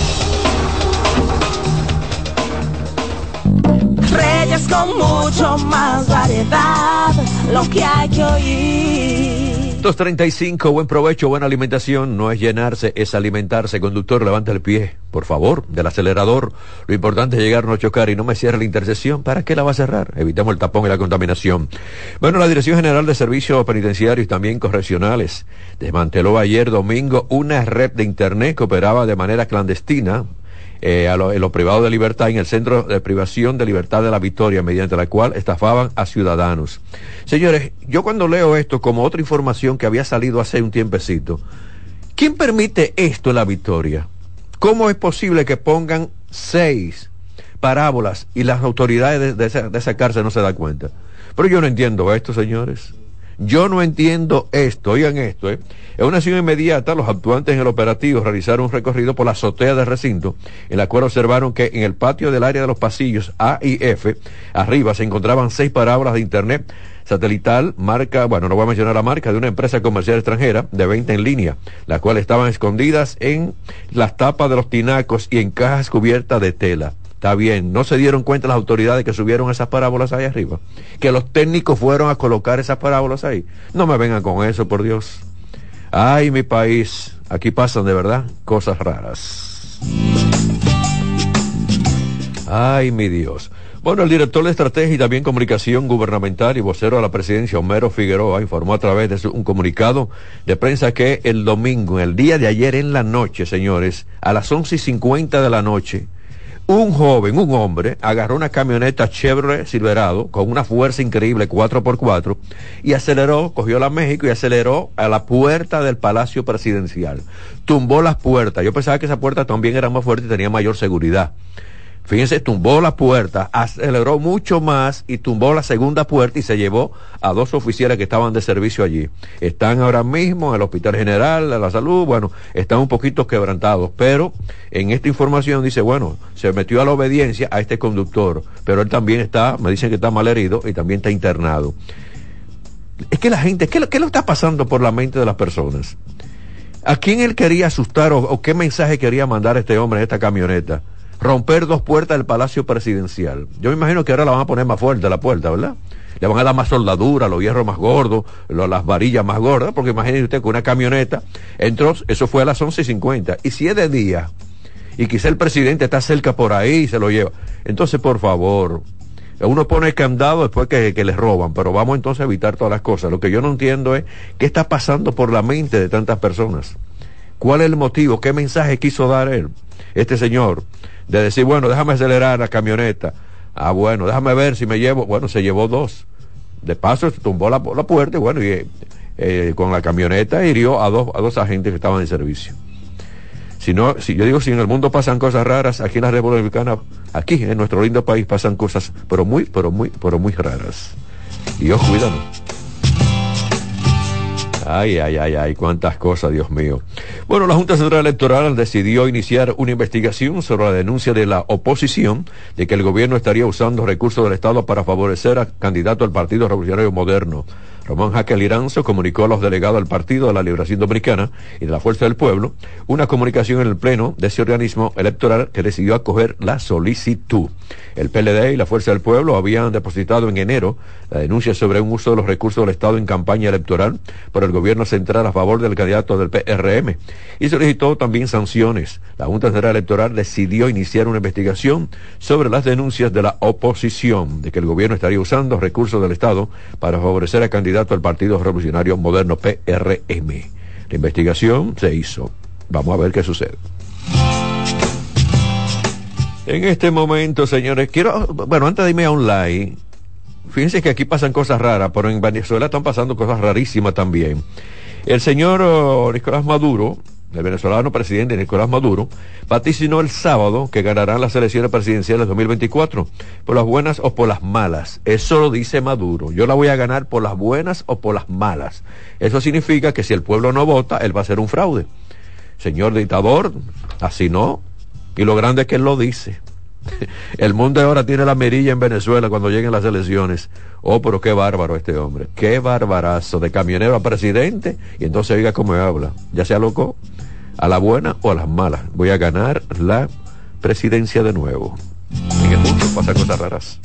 Reyes con mucho más variedad, lo que hay que oír. 2:35, buen provecho, buena alimentación, no es llenarse, es alimentarse. Conductor, levanta el pie, por favor, del acelerador. Lo importante es llegar, no chocar y no me cierre la intersección. ¿Para qué la va a cerrar? Evitemos el tapón y la contaminación. Bueno, la Dirección General de Servicios Penitenciarios y también Correccionales desmanteló ayer domingo una red de internet que operaba de manera clandestina en los privados de libertad, en el Centro de Privación de Libertad de la Victoria, mediante la cual estafaban a ciudadanos. Señores, yo cuando leo esto como otra información que había salido hace un tiempecito, ¿quién permite esto en la Victoria? ¿Cómo es posible que pongan 6 parábolas y las autoridades de esa cárcel no se dan cuenta? Pero yo no entiendo esto, señores. Yo no entiendo esto, oigan esto, En una acción inmediata, los actuantes en el operativo realizaron un recorrido por la azotea del recinto, en la cual observaron que en el patio del área de los pasillos A y F, arriba se encontraban 6 parábolas de internet satelital, marca, bueno, no voy a mencionar la marca, de una empresa comercial extranjera de venta en línea, las cuales estaban escondidas en las tapas de los tinacos y en cajas cubiertas de tela. Está bien, no se dieron cuenta las autoridades que subieron esas parábolas ahí arriba, que los técnicos fueron a colocar esas parábolas ahí. No me vengan con eso, por Dios. Ay, mi país, aquí pasan de verdad cosas raras. Ay, mi Dios. Bueno, el director de Estrategia y también Comunicación Gubernamental y vocero de la Presidencia, Homero Figueroa, informó a través de un comunicado de prensa que el domingo, el día de ayer en la noche, señores, a las 11:50 de la noche, un hombre, agarró una camioneta Chevrolet Silverado con una fuerza increíble 4x4 y aceleró, cogió la México y aceleró a la puerta del Palacio Presidencial. Tumbó las puertas. Yo pensaba que esa puerta también era más fuerte y tenía mayor seguridad. Fíjense, tumbó la puerta, aceleró mucho más y tumbó la segunda puerta y se llevó a 2 oficiales que estaban de servicio allí. Están ahora mismo en el Hospital General de la Salud, bueno, están un poquito quebrantados, pero en esta información dice, bueno, se metió a la obediencia a este conductor, pero él también está, me dicen que está mal herido y también está internado. Es que la gente, ¿qué lo está pasando por la mente de las personas? ¿A quién él quería asustar o qué mensaje quería mandar este hombre en esta camioneta? Romper 2 puertas del Palacio Presidencial. Yo me imagino que ahora la van a poner más fuerte la puerta, ¿verdad? Le van a dar más soldadura, los hierros más gordos, las varillas más gordas, porque imagínese usted que una camioneta entró, eso fue a las 11:50, y si es de día, y quizá el presidente está cerca por ahí y se lo lleva. Entonces, por favor, uno pone el candado después que les roban, pero vamos entonces a evitar todas las cosas. Lo que yo no entiendo es qué está pasando por la mente de tantas personas. ¿Cuál es el motivo? ¿Qué mensaje quiso dar él, este señor? De decir, bueno, déjame acelerar la camioneta. Ah, bueno, déjame ver si me llevo. Bueno, se llevó 2. De paso, se tumbó la puerta y bueno, con la camioneta hirió a dos agentes que estaban en servicio. Si yo digo, si en el mundo pasan cosas raras, aquí en la República Dominicana, aquí en nuestro lindo país pasan cosas, pero muy raras. Y Dios, cuídanos. Ay, cuántas cosas, Dios mío. Bueno, la Junta Central Electoral decidió iniciar una investigación sobre la denuncia de la oposición de que el gobierno estaría usando recursos del Estado para favorecer al candidato al Partido Revolucionario Moderno. Ramón Jaque Liranzo comunicó a los delegados del Partido de la Liberación Dominicana y de la Fuerza del Pueblo una comunicación en el Pleno de ese organismo electoral que decidió acoger la solicitud. El PLD y la Fuerza del Pueblo habían depositado en enero la denuncia sobre un uso de los recursos del Estado en campaña electoral por el gobierno central a favor del candidato del PRM y solicitó también sanciones. La Junta Central Electoral decidió iniciar una investigación sobre las denuncias de la oposición de que el gobierno estaría usando recursos del Estado para favorecer al candidato al Partido Revolucionario Moderno, PRM. La investigación se hizo. Vamos a ver qué sucede. En este momento, señores, antes de irme a un live, fíjense que aquí pasan cosas raras, pero en Venezuela están pasando cosas rarísimas también. El señor Nicolás Maduro, el venezolano presidente Nicolás Maduro, vaticinó el sábado que ganarán las elecciones presidenciales 2024, por las buenas o por las malas. Eso lo dice Maduro. Yo la voy a ganar por las buenas o por las malas. Eso significa que si el pueblo no vota, él va a hacer un fraude. señor dictador, así no. Y lo grande es que él lo dice. El mundo ahora tiene la mirilla en Venezuela cuando lleguen las elecciones. Oh, pero qué bárbaro este hombre, qué barbarazo, de camionero a presidente. Y entonces oiga cómo habla, ya se alocó, a la buena o a las malas, voy a ganar la presidencia de nuevo. En el mundo pasan cosas raras.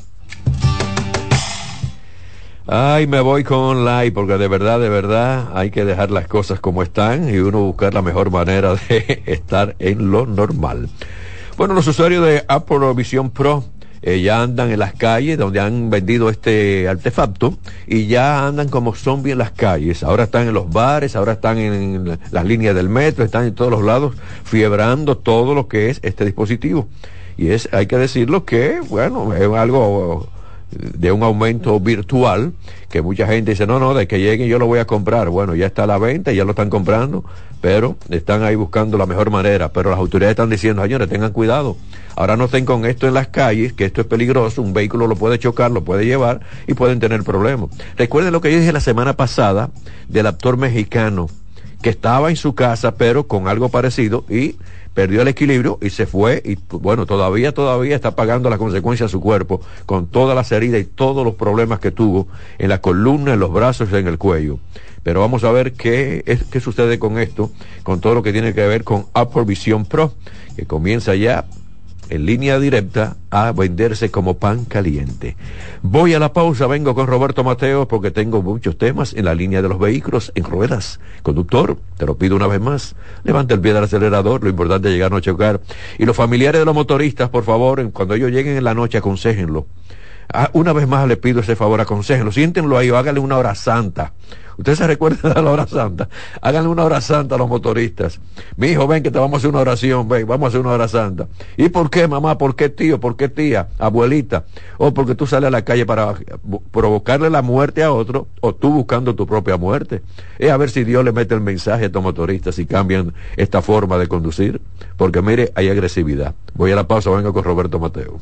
Ay, me voy con like, porque de verdad hay que dejar las cosas como están y uno buscar la mejor manera de estar en lo normal. Bueno, los usuarios de Apple Vision Pro ya andan en las calles donde han vendido este artefacto y ya andan como zombies en las calles. Ahora están en los bares, ahora están en las líneas del metro, están en todos los lados fiebrando todo lo que es este dispositivo. Y hay que decirlo que, bueno, es algo de un aumento virtual, que mucha gente dice, no, de que lleguen yo lo voy a comprar. Bueno, ya está a la venta, ya lo están comprando, pero están ahí buscando la mejor manera. Pero las autoridades están diciendo, señores, tengan cuidado, ahora no estén con esto en las calles, que esto es peligroso, un vehículo lo puede chocar, lo puede llevar y pueden tener problemas. Recuerden lo que yo dije la semana pasada del actor mexicano que estaba en su casa pero con algo parecido y perdió el equilibrio y se fue, y bueno, todavía está pagando las consecuencias de su cuerpo, con todas las heridas y todos los problemas que tuvo en la columna, en los brazos y en el cuello. Pero vamos a ver qué sucede con esto, con todo lo que tiene que ver con Apple Vision Pro, que comienza ya en línea directa a venderse como pan caliente. Voy a la pausa, vengo con Roberto Mateo porque tengo muchos temas en la línea de los vehículos en ruedas. Conductor, te lo pido una vez más, levanta el pie del acelerador, lo importante es llegar a no chocar. Y los familiares de los motoristas, por favor, cuando ellos lleguen en la noche, aconséjenlo. Una vez más les pido ese favor, aconséjenlo, siéntenlo ahí o háganle una hora santa. ¿Ustedes se recuerdan de la hora santa? Háganle una hora santa a los motoristas. Mi hijo, ven que te vamos a hacer una oración, ven, vamos a hacer una hora santa. ¿Y por qué, mamá? ¿Por qué, tío? ¿Por qué, tía? Abuelita. O porque tú sales a la calle para provocarle la muerte a otro, o tú buscando tu propia muerte. Es a ver si Dios le mete el mensaje a estos motoristas y cambian esta forma de conducir. Porque mire, hay agresividad. Voy a la pausa, vengo con Roberto Mateo.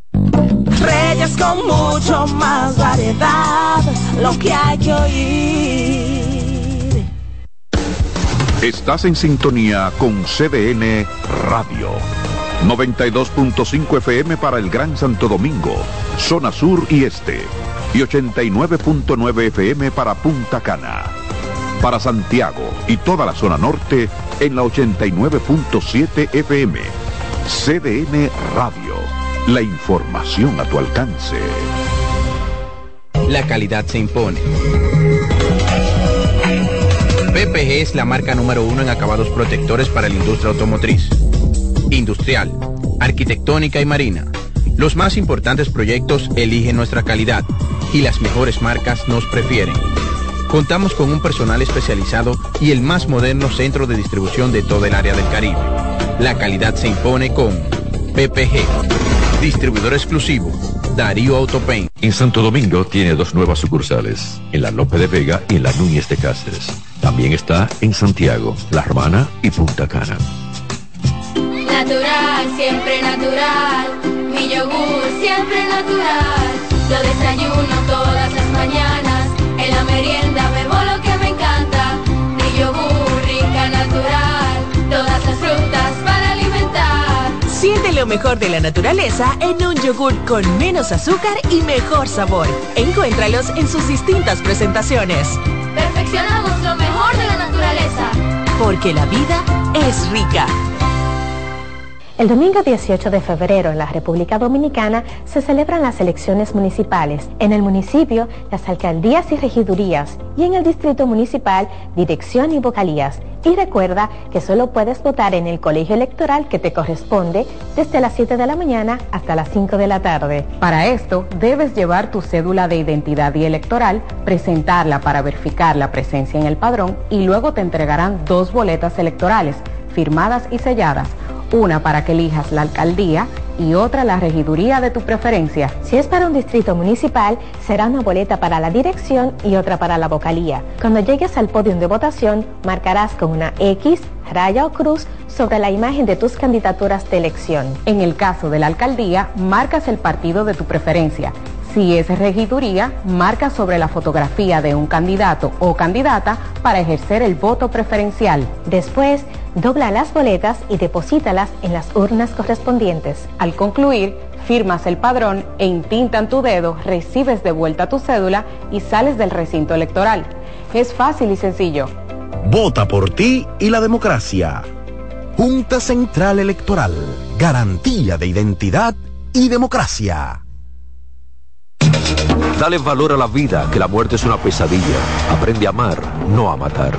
Reyes con mucho más variedad, lo que hay que oír. Estás en sintonía con CDN Radio. 92.5 FM para el Gran Santo Domingo, zona sur y este. Y 89.9 FM para Punta Cana. Para Santiago y toda la zona norte en la 89.7 FM. CDN Radio. La información a tu alcance. La calidad se impone. PPG es la marca número 1 en acabados protectores para la industria automotriz, industrial, arquitectónica y marina. Los más importantes proyectos eligen nuestra calidad y las mejores marcas nos prefieren. Contamos con un personal especializado y el más moderno centro de distribución de toda el área del Caribe. La calidad se impone con PPG. Distribuidor exclusivo, Darío Autopaint. En Santo Domingo tiene 2 nuevas sucursales, en la Lope de Vega y en la Núñez de Cáceres. También está en Santiago, La Romana y Punta Cana. Natural, siempre natural, mi yogur siempre natural. Lo desayuno todas las mañanas, en la merienda bebo lo que me encanta. Mi yogur rica natural, todas las frutas para alimentar. Siente lo mejor de la naturaleza en un yogur con menos azúcar y mejor sabor. Encuéntralos en sus distintas presentaciones. Perfeccionamos lo mejor de la naturaleza. Porque la vida es rica. El domingo 18 de febrero en la República Dominicana se celebran las elecciones municipales. En el municipio, las alcaldías y regidurías, y en el distrito municipal, dirección y vocalías. Y recuerda que solo puedes votar en el colegio electoral que te corresponde desde las 7 de la mañana hasta las 5 de la tarde. Para esto, debes llevar tu cédula de identidad y electoral, presentarla para verificar la presencia en el padrón y luego te entregarán 2 boletas electorales, firmadas y selladas. Una para que elijas la alcaldía y otra la regiduría de tu preferencia. Si es para un distrito municipal, será una boleta para la dirección y otra para la vocalía. Cuando llegues al podio de votación, marcarás con una X, raya o cruz sobre la imagen de tus candidaturas de elección. En el caso de la alcaldía, marcas el partido de tu preferencia. Si es regiduría, marca sobre la fotografía de un candidato o candidata para ejercer el voto preferencial. Después, Dobla las boletas y deposítalas en las urnas correspondientes. Al concluir, firmas el padrón e intintan tu dedo, recibes de vuelta tu cédula y sales del recinto electoral. Es fácil y sencillo. Vota por ti y la democracia. Junta Central Electoral. Garantía de identidad y democracia. Dale valor a la vida, que la muerte es una pesadilla. Aprende a amar, no a matar.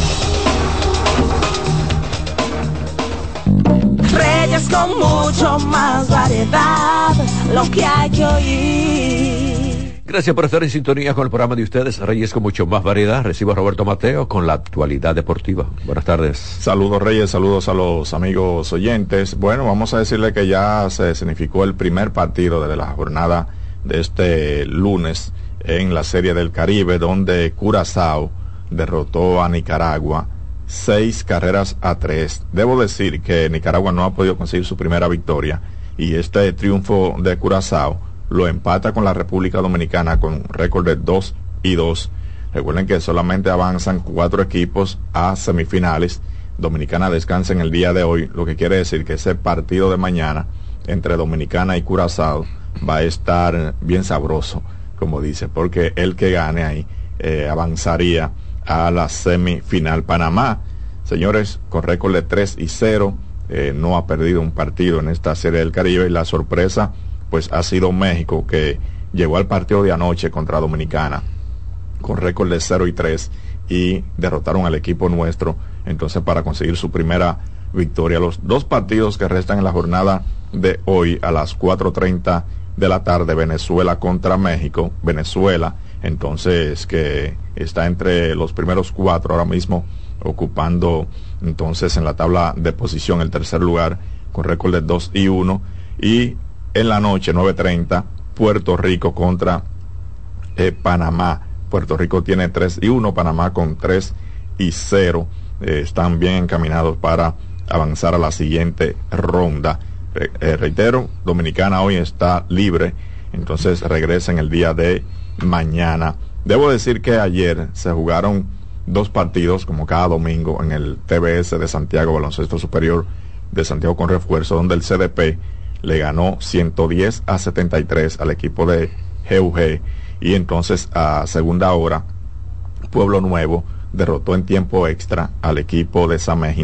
Reyes con mucho más variedad, lo que hay que oír. Gracias por estar en sintonía con el programa de ustedes, Reyes con mucho más variedad. Recibo a Roberto Mateo con la actualidad deportiva. Buenas tardes. Saludos, Reyes, saludos a los amigos oyentes. Bueno, vamos a decirle que ya se significó el primer partido de la jornada de este lunes en la Serie del Caribe, donde Curazao derrotó a Nicaragua 6-3. Debo decir que Nicaragua no ha podido conseguir su primera victoria y este triunfo de Curazao lo empata con la República Dominicana con récord de 2-2. Recuerden que solamente avanzan 4 equipos a semifinales. Dominicana descansa en el día de hoy, lo que quiere decir que ese partido de mañana entre Dominicana y Curazao va a estar bien sabroso, como dice, porque el que gane ahí avanzaría a la semifinal. Panamá, señores, con récord de 3-0, no ha perdido un partido en esta Serie del Caribe, y la sorpresa pues ha sido México, que llegó al partido de anoche contra Dominicana con récord de 0-3 y derrotaron al equipo nuestro, entonces, para conseguir su primera victoria. Los 2 partidos que restan en la jornada de hoy a las 4:30 de la tarde, Venezuela contra México. Venezuela, entonces, que está entre los primeros 4 ahora mismo, ocupando entonces en la tabla de posición el tercer lugar con récord de 2-1. Y en la noche, 9:30, Puerto Rico contra Panamá. Puerto Rico tiene 3-1, Panamá con 3-0. Están bien encaminados para avanzar a la siguiente ronda. Reitero, Dominicana hoy está libre, entonces regresa en el día de mañana. Debo decir que ayer se jugaron 2 partidos, como cada domingo, en el TBS de Santiago, Baloncesto Superior de Santiago con refuerzo, donde el CDP le ganó 110-73 al equipo de GUG, y entonces a segunda hora Pueblo Nuevo derrotó en tiempo extra al equipo de Sameji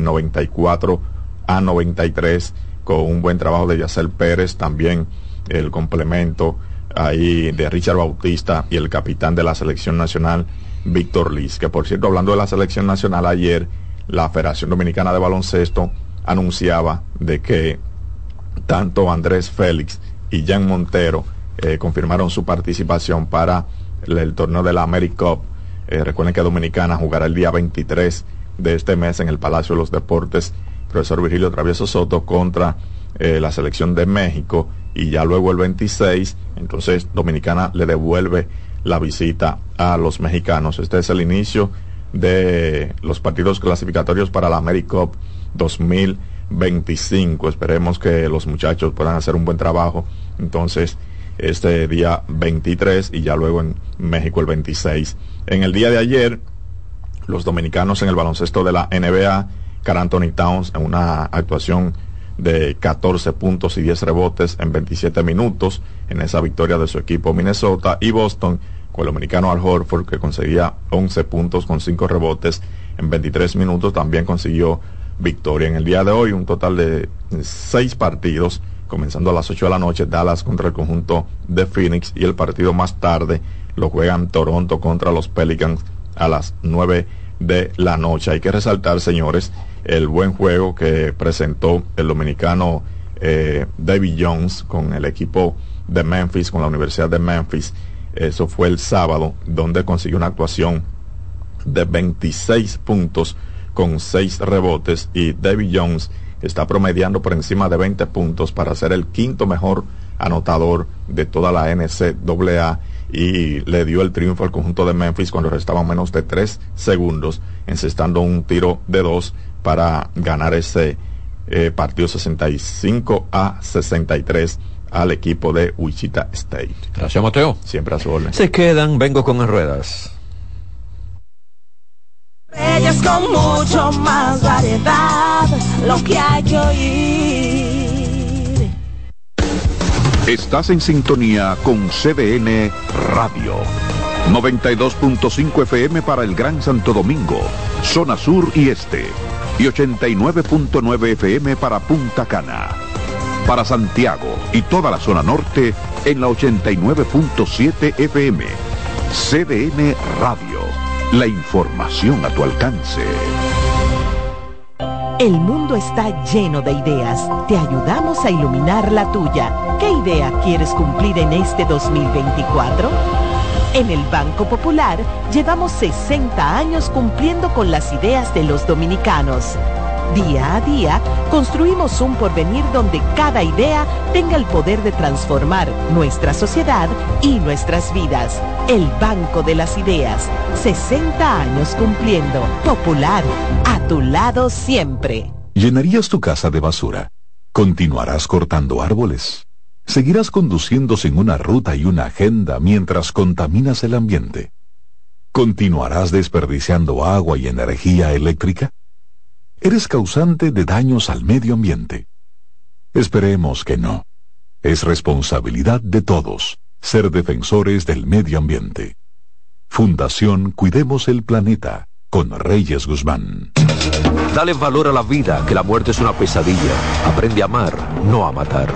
94-93, con un buen trabajo de Yacel Pérez, también el complemento ahí de Richard Bautista y el capitán de la selección nacional, Víctor Liz. Que, por cierto, hablando de la selección nacional, ayer la Federación Dominicana de Baloncesto anunciaba de que tanto Andrés Félix y Jan Montero confirmaron su participación para el torneo de la AmeriCup. Recuerden que Dominicana jugará el día 23 de este mes en el Palacio de los Deportes Profesor Virgilio Travieso Soto contra la selección de México, y ya luego el 26, entonces Dominicana le devuelve la visita a los mexicanos. Este es el inicio de los partidos clasificatorios para la AmeriCup 2025. Esperemos que los muchachos puedan hacer un buen trabajo entonces este día 23 y ya luego en México el 26. En el día de ayer, los dominicanos en el baloncesto de la NBA, Karl Anthony Towns en una actuación de 14 puntos y 10 rebotes en 27 minutos en esa victoria de su equipo Minnesota, y Boston con el dominicano Al Horford, que conseguía 11 puntos con 5 rebotes en 23 minutos, también consiguió victoria. En el día de hoy, un total de 6 partidos, comenzando a las 8 de la noche, Dallas contra el conjunto de Phoenix, y el partido más tarde lo juegan Toronto contra los Pelicans a las 9 de la noche. Hay que resaltar, señores, el buen juego que presentó el dominicano David Jones con el equipo de Memphis, con la Universidad de Memphis. Eso fue el sábado, donde consiguió una actuación de 26 puntos con 6 rebotes, y David Jones está promediando por encima de 20 puntos para ser el quinto mejor anotador de toda la NCAA, y le dio el triunfo al conjunto de Memphis cuando restaban menos de 3 segundos, encestando un tiro de 2 para ganar ese partido 65-63 al equipo de Wichita State. Gracias, Mateo. Siempre a su orden. Se quedan, vengo con las ruedas. Reyes con mucho más variedad, lo que hay que oír. Estás en sintonía con CDN Radio. 92.5 FM para el Gran Santo Domingo, zona sur y este. Y 89.9 FM para Punta Cana. Para Santiago y toda la zona norte en la 89.7 FM. CDN Radio. La información a tu alcance. El mundo está lleno de ideas. Te ayudamos a iluminar la tuya. ¿Qué idea quieres cumplir en este 2024? En el Banco Popular llevamos 60 años cumpliendo con las ideas de los dominicanos. Día a día, construimos un porvenir donde cada idea tenga el poder de transformar nuestra sociedad y nuestras vidas. El Banco de las Ideas, 60 años cumpliendo. Popular, a tu lado siempre. ¿Llenarías tu casa de basura? ¿Continuarás cortando árboles? ¿Seguirás conduciendo sin una ruta y una agenda mientras contaminas el ambiente? ¿Continuarás desperdiciando agua y energía eléctrica? ¿Eres causante de daños al medio ambiente? Esperemos que no. Es responsabilidad de todos ser defensores del medio ambiente. Fundación Cuidemos el Planeta, con Reyes Guzmán. Dale valor a la vida, que la muerte es una pesadilla. Aprende a amar, no a matar.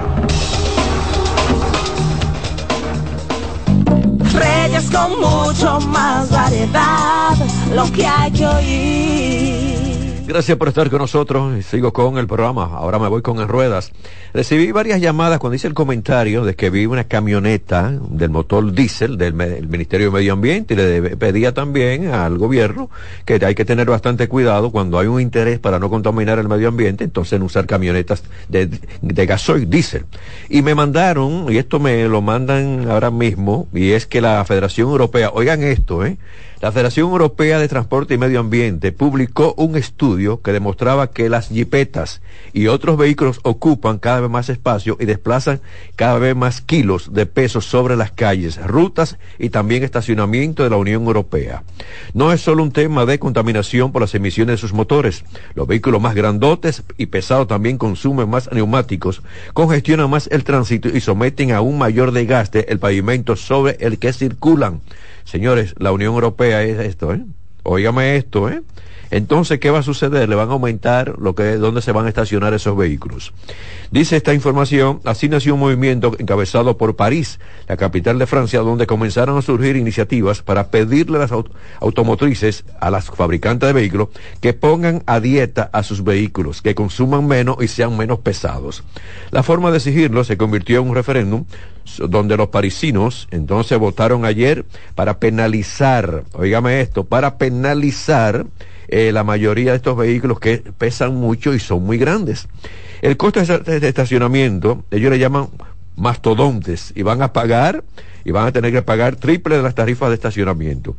Reyes con mucho más variedad, lo que hay que oír. Gracias por estar con nosotros. Sigo con el programa. Ahora me voy con En Ruedas. Recibí varias llamadas cuando hice el comentario de que vi una camioneta del motor diésel del Ministerio de Medio Ambiente y le pedía también al gobierno que hay que tener bastante cuidado cuando hay un interés para no contaminar el medio ambiente, entonces en usar camionetas de gasoil diésel. Y me mandaron, y esto me lo mandan ahora mismo, y es que la Federación Europea, oigan esto, la Federación Europea de Transporte y Medio Ambiente publicó un estudio que demostraba que las jipetas y otros vehículos ocupan cada vez más espacio y desplazan cada vez más kilos de peso sobre las calles, rutas y también estacionamiento de la Unión Europea. No es solo un tema de contaminación por las emisiones de sus motores. Los vehículos más grandotes y pesados también consumen más neumáticos, congestionan más el tránsito y someten a un mayor desgaste el pavimento sobre el que circulan. Señores, la Unión Europea es esto, Óigame esto, Entonces, ¿qué va a suceder? Le van a aumentar dónde se van a estacionar esos vehículos. Dice esta información, así nació un movimiento encabezado por París, la capital de Francia, donde comenzaron a surgir iniciativas para pedirle a las automotrices, a las fabricantes de vehículos, que pongan a dieta a sus vehículos, que consuman menos y sean menos pesados. La forma de exigirlo se convirtió en un referéndum donde los parisinos entonces votaron ayer para penalizar, oígame esto, para penalizar la mayoría de estos vehículos que pesan mucho y son muy grandes. El costo de estacionamiento, ellos le llaman mastodontes, y van a tener que pagar triple de las tarifas de estacionamiento.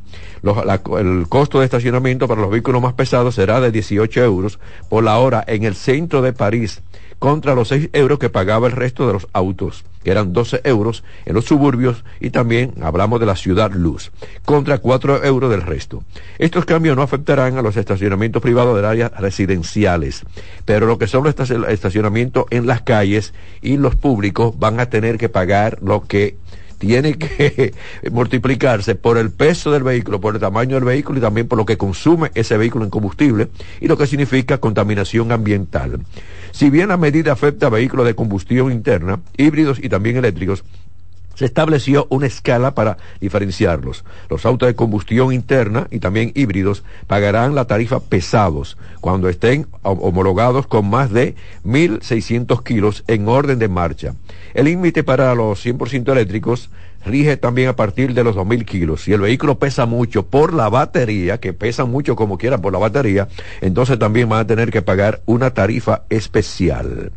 El costo de estacionamiento para los vehículos más pesados será de 18 euros por la hora en el centro de París, contra los 6 euros que pagaba el resto de los autos, que eran 12 euros en los suburbios, y también hablamos de la ciudad Luz, contra 4 euros del resto. Estos cambios no afectarán a los estacionamientos privados de áreas residenciales, pero lo que son los estacionamientos en las calles y los públicos van a tener que pagar lo que tiene que multiplicarse por el peso del vehículo, por el tamaño del vehículo y también por lo que consume ese vehículo en combustible, y lo que significa contaminación ambiental. Si bien la medida afecta a vehículos de combustión interna, híbridos y también eléctricos, se estableció una escala para diferenciarlos. Los autos de combustión interna y también híbridos pagarán la tarifa pesados cuando estén homologados con más de 1.600 kilos en orden de marcha. El límite para los 100% eléctricos rige también a partir de los 2.000 kilos. Si el vehículo pesa mucho por la batería, que pesa mucho como quiera por la batería, entonces también van a tener que pagar una tarifa especial.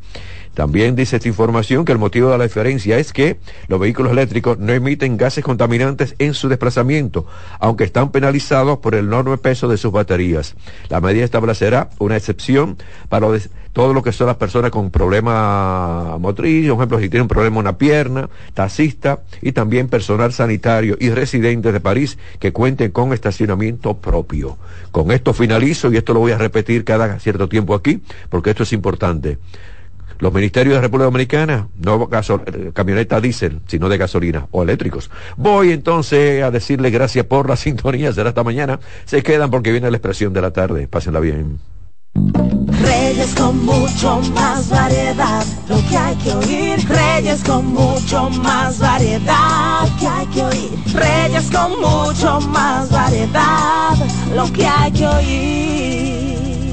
También dice esta información que el motivo de la diferencia es que los vehículos eléctricos no emiten gases contaminantes en su desplazamiento, aunque están penalizados por el enorme peso de sus baterías. La medida establecerá una excepción para todo lo que son las personas con problema motriz, por ejemplo, si tienen un problema en una pierna, taxista y también personal sanitario y residentes de París que cuenten con estacionamiento propio. Con esto finalizo y esto lo voy a repetir cada cierto tiempo aquí, porque esto es importante. Los ministerios de República Dominicana, no camionetas diésel, sino de gasolina o eléctricos. Voy entonces a decirle gracias por la sintonía, será hasta mañana. Se quedan porque viene la expresión de la tarde. Pásenla bien. Reyes con mucho más variedad, lo que hay que oír. Reyes con mucho más variedad, lo que hay que oír. Reyes con mucho más variedad, lo que hay que oír.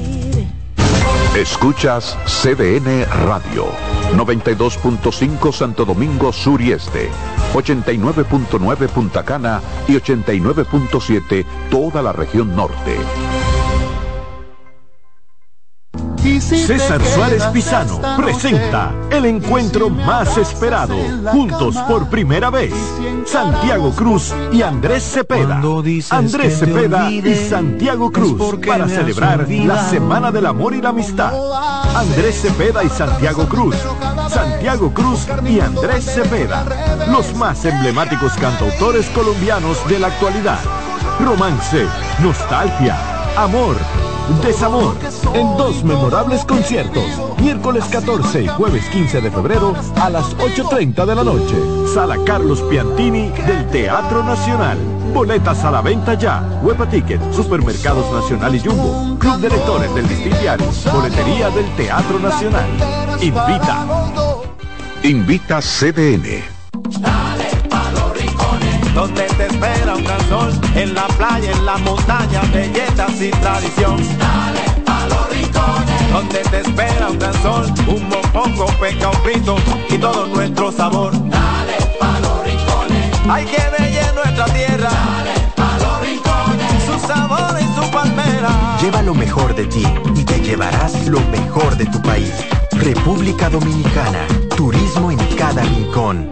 Escuchas CDN Radio, 92.5 Santo Domingo Sur y Este, 89.9 Punta Cana y 89.7 toda la región norte. César Suárez Pisano presenta el encuentro más esperado, juntos por primera vez, Santiago Cruz y Andrés Cepeda. Andrés Cepeda y Santiago Cruz para celebrar la Semana del Amor y la Amistad. Andrés Cepeda y Santiago Cruz. Santiago Cruz y Andrés Cepeda, los más emblemáticos cantautores colombianos de la actualidad. Romance, nostalgia, amor, desamor, en dos memorables conciertos, miércoles 14 y jueves 15 de febrero a las 8:30 de la noche. Sala Carlos Piantini del Teatro Nacional. Boletas a la venta ya. Huepa Ticket, Supermercados Nacional y Jumbo. Club de Lectores del Distillario. Boletería del Teatro Nacional. Invita CDN. Donde te espera un gran sol, en la playa, en la montaña, belletas y tradición. Dale a los rincones. Donde te espera un gran sol, un mopongo, peca, un frito y todo nuestro sabor. Dale a los rincones. Hay que bella nuestra tierra. Dale a los rincones. Su sabor y su palmera. Lleva lo mejor de ti y te llevarás lo mejor de tu país. República Dominicana. Turismo en cada rincón.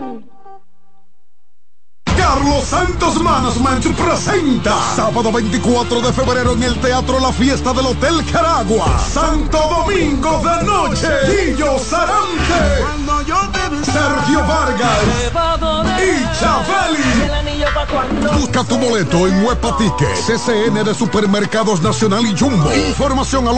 Carlos Santos Management presenta sábado 24 de febrero en el Teatro La Fiesta del Hotel Caragua, Santo Domingo de Noche, Guillo Sarante, Sergio Vargas y Chabeli. Busca tu boleto en Huepa Ticket, CCN de Supermercados Nacional y Jumbo. Información al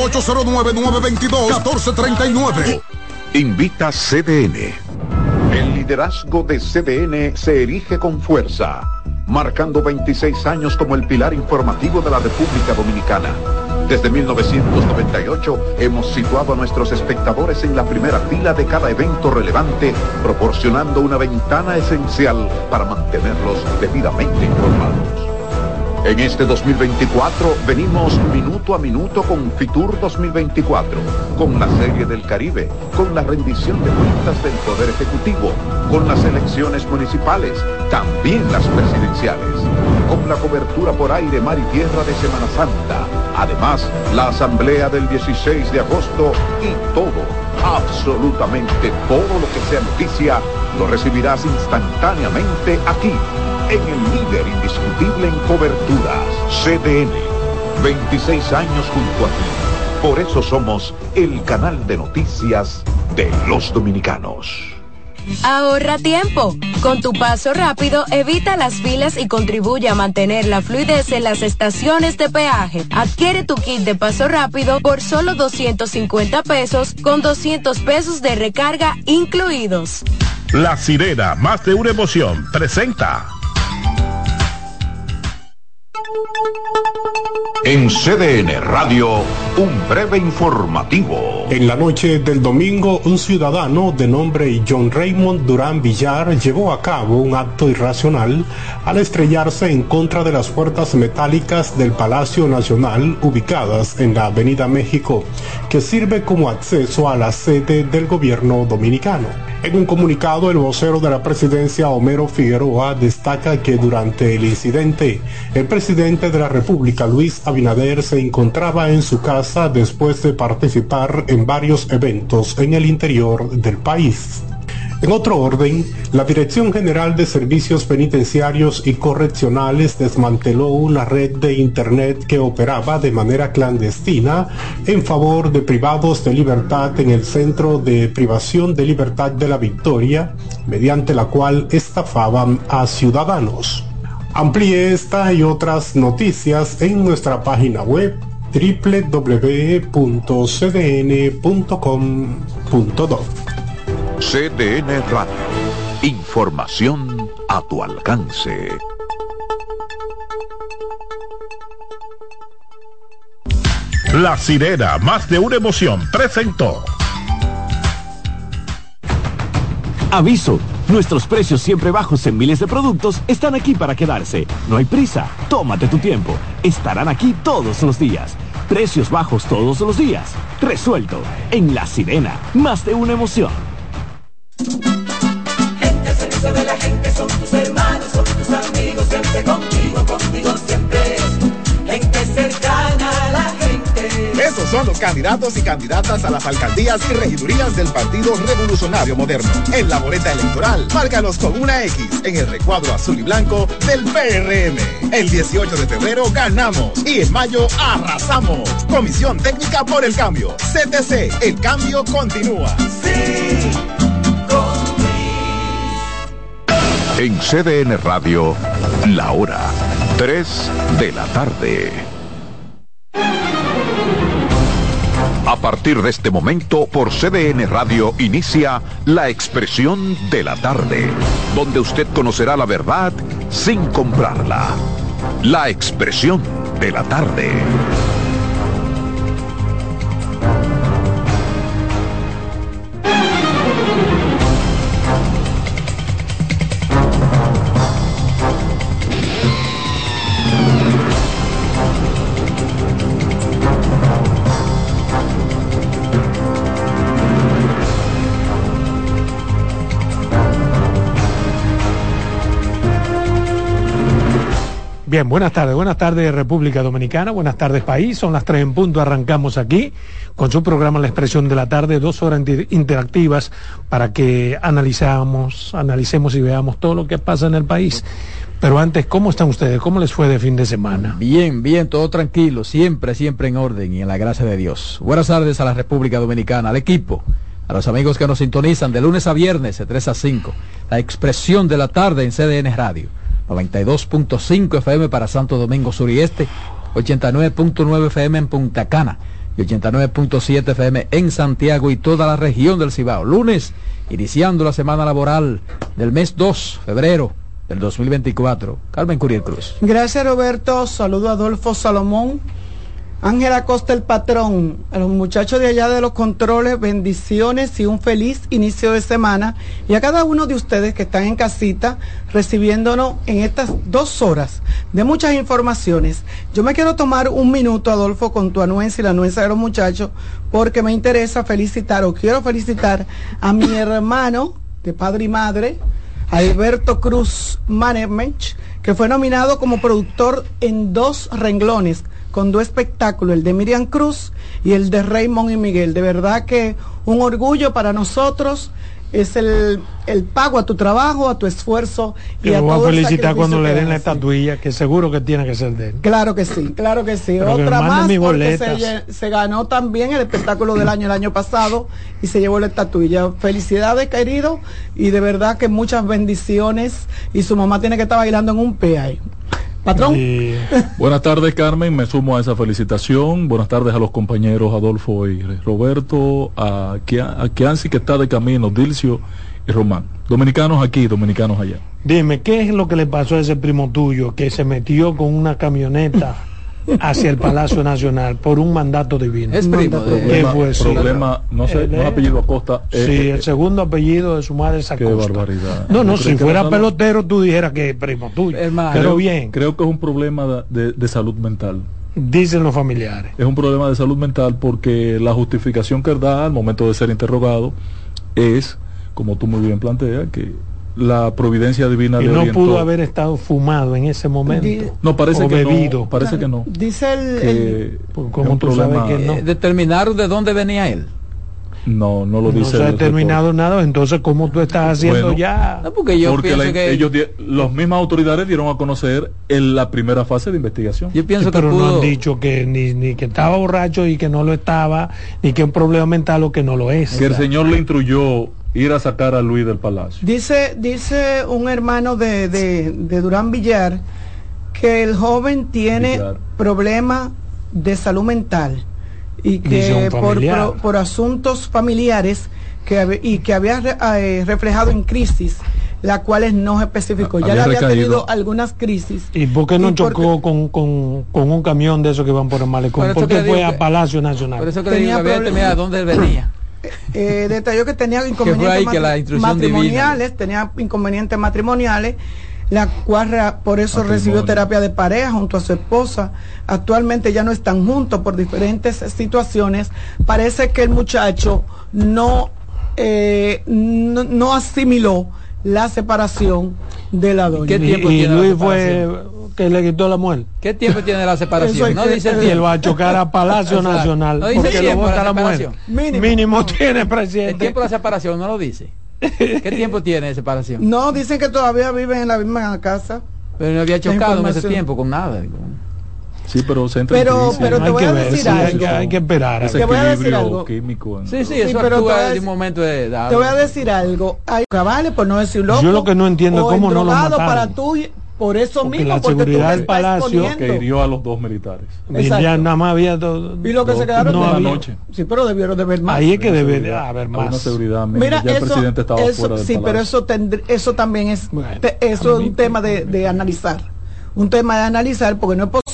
809-922-1439. Invita CDN. El liderazgo de CDN se erige con fuerza, marcando 26 años como el pilar informativo de la República Dominicana. Desde 1998 hemos situado a nuestros espectadores en la primera fila de cada evento relevante, proporcionando una ventana esencial para mantenerlos debidamente informados. En este 2024 venimos minuto a minuto con Fitur 2024, con la Serie del Caribe, con la rendición de cuentas del Poder Ejecutivo, con las elecciones municipales, también las presidenciales, con la cobertura por aire, mar y tierra de Semana Santa, además la asamblea del 16 de agosto y todo, absolutamente todo lo que sea noticia, lo recibirás instantáneamente aquí, en el líder indiscutible en coberturas, CDN. 26 años junto a ti. Por eso somos el canal de noticias de los dominicanos. Ahorra tiempo. Con tu paso rápido, evita las filas y contribuye a mantener la fluidez en las estaciones de peaje. Adquiere tu kit de paso rápido por solo 250 pesos con 200 pesos de recarga incluidos. La Sirena, más de una emoción, presenta. En CDN Radio, un breve informativo. En la noche del domingo, un ciudadano de nombre John Raymond Durán Villar llevó a cabo un acto irracional al estrellarse en contra de las puertas metálicas del Palacio Nacional ubicadas en la Avenida México, que sirve como acceso a la sede del gobierno dominicano. En un comunicado, el vocero de la presidencia, Homero Figueroa, destaca que durante el incidente, el presidente de la República, Luis Abinader, se encontraba en su casa casa después de participar en varios eventos en el interior del país. En otro orden, la Dirección General de Servicios Penitenciarios y Correccionales desmanteló una red de Internet que operaba de manera clandestina en favor de privados de libertad en el Centro de Privación de Libertad de la Victoria, mediante la cual estafaban a ciudadanos. Amplíe esta y otras noticias en nuestra página web www.cdn.com.do. CDN Radio. Información a tu alcance. La Sirena, más de una emoción, presentó. Aviso, nuestros precios siempre bajos en miles de productos están aquí para quedarse. No hay prisa, tómate tu tiempo. Estarán aquí todos los días. Precios bajos todos los días. Resuelto. En La Sirena, más de una emoción. Gente al servicio de la gente, son tus hermanos, son tus amigos, siempre contigo, contigo siempre. Gente cercana a la gente. Esos son los candidatos y candidatas a las alcaldías y regidurías del Partido Revolucionario Moderno. En la boleta electoral, márcalos con una X en el recuadro azul y blanco del PRM. El 18 de febrero ganamos y en mayo arrasamos. Comisión Técnica por el Cambio. CTC, el cambio continúa. Sí. En CDN Radio, la hora 3 de la tarde. A partir de este momento, por CDN Radio inicia La Expresión de la Tarde, donde usted conocerá la verdad sin comprarla. La Expresión de la Tarde. Bien, buenas tardes República Dominicana, buenas tardes país, son las 3 en punto, arrancamos aquí con su programa La Expresión de la Tarde, 2 horas interactivas para que analicemos y veamos todo lo que pasa en el país. Pero antes, ¿cómo están ustedes? ¿Cómo les fue de fin de semana? Bien, todo tranquilo, siempre en orden y en la gracia de Dios. Buenas tardes a la República Dominicana, al equipo, a los amigos que nos sintonizan de lunes a viernes de 3 a 5, La Expresión de la Tarde en CDN Radio. 92.5 FM para Santo Domingo Sur y Este, 89.9 FM en Punta Cana y 89.7 FM en Santiago y toda la región del Cibao. Lunes, iniciando la semana laboral del mes 2, febrero del 2024. Carmen Curiel Cruz. Gracias, Roberto. Saludo a Adolfo Salomón, Ángela Costa, el patrón, a los muchachos de allá de los controles, bendiciones y un feliz inicio de semana, y a cada uno de ustedes que están en casita recibiéndonos en estas 2 horas de muchas informaciones. Yo me quiero tomar un minuto, Adolfo, con tu anuencia y la anuencia de los muchachos, porque me interesa quiero felicitar a mi hermano de padre y madre, Alberto Cruz Management, que fue nominado como productor en 2 renglones, con 2 espectáculos, el de Miriam Cruz y el de Raymond y Miguel. De verdad que un orgullo para nosotros, es el pago a tu trabajo, a tu esfuerzo y a todo el sacrificio. Lo voy a felicitar cuando le den la estatuilla, que seguro que tiene que ser de él. Claro que sí. Pero otra más, porque se ganó también el espectáculo del año, el año pasado, y se llevó la estatuilla. Felicidades, querido, y de verdad que muchas bendiciones, y su mamá tiene que estar bailando en un pie ahí. Patrón. Buenas tardes, Carmen, me sumo a esa felicitación. Buenas tardes a los compañeros Adolfo y Roberto, a Kianci, que está de camino, Dilcio y Román. Dominicanos aquí, dominicanos allá. Dime, ¿qué es lo que le pasó a ese primo tuyo que se metió con una camioneta hacia el Palacio Nacional por un mandato divino? Es primo ¿Qué fue eso? Problema, no sé, no es apellido Acosta. Sí, el segundo apellido de su madre es Acosta. Qué barbaridad. No, si fuera pelotero tú dijeras que es primo tuyo. Pero bien. Creo que es un problema de salud mental. Dicen los familiares. Es un problema de salud mental porque la justificación que da al momento de ser interrogado es, como tú muy bien planteas, que la providencia divina y le no orientó. pudo haber estado fumado en ese momento. No, parece o que bebido. no. Parece que no. Dice ¿Cómo tú sabes que no? ¿Determinaron de dónde venía él? No lo dice. No se ha determinado nada, entonces ¿cómo tú estás haciendo ya? No, porque yo pienso que las mismas autoridades dieron a conocer en la primera fase de investigación. Yo pienso pero que no han dicho que ni que estaba borracho y que no lo estaba, ni que un problema mental o que no lo es. Que el señor le instruyó ir a sacar a Luis del palacio. Dice un hermano de Durán Villar que el joven tiene problemas de salud mental y que por asuntos familiares que había reflejado en crisis, las cuales no especificó. Ya le había tenido algunas crisis. ¿Y por qué no chocó con un camión de esos que van por el malecón? ¿Por qué fue a Palacio Nacional? Por eso que le digo, mira dónde él venía. Detalló que tenía inconvenientes matrimoniales, tenía inconvenientes matrimoniales, la cual por eso recibió terapia de pareja junto a su esposa. Actualmente ya no están juntos por diferentes situaciones. Parece que el muchacho no asimiló la separación de la doña. ¿Qué tiempo tiene Luis fue que le quitó la mujer? ¿Qué tiempo tiene la separación? No dice y él va a chocar a Palacio Nacional porque lo vota la mujer. Mínimo tiene, presidente. El tiempo de la separación no lo dice. ¿Qué tiempo tiene de separación? No, dicen que todavía viven en la misma casa. Pero no había chocado en ese tiempo con nada. Sí, pero te voy a decir algo. Hay que esperar. Te voy a decir algo. Sí, eso actúa en un momento de... Te voy a decir algo. Hay cabales, por no decir loco. Yo lo que no entiendo es cómo no lo mataron. Para tú, por eso porque mismo, la seguridad del palacio que hirió a los dos militares. Y ya nada más había y lo que se quedaron no había noche. Sí, pero debieron de ver más. Ahí es que debe haber más. Una seguridad. Mira, ya el presidente estaba fuera del sí, palacio. pero eso también es un tema de analizar. Un tema de analizar, porque no es posible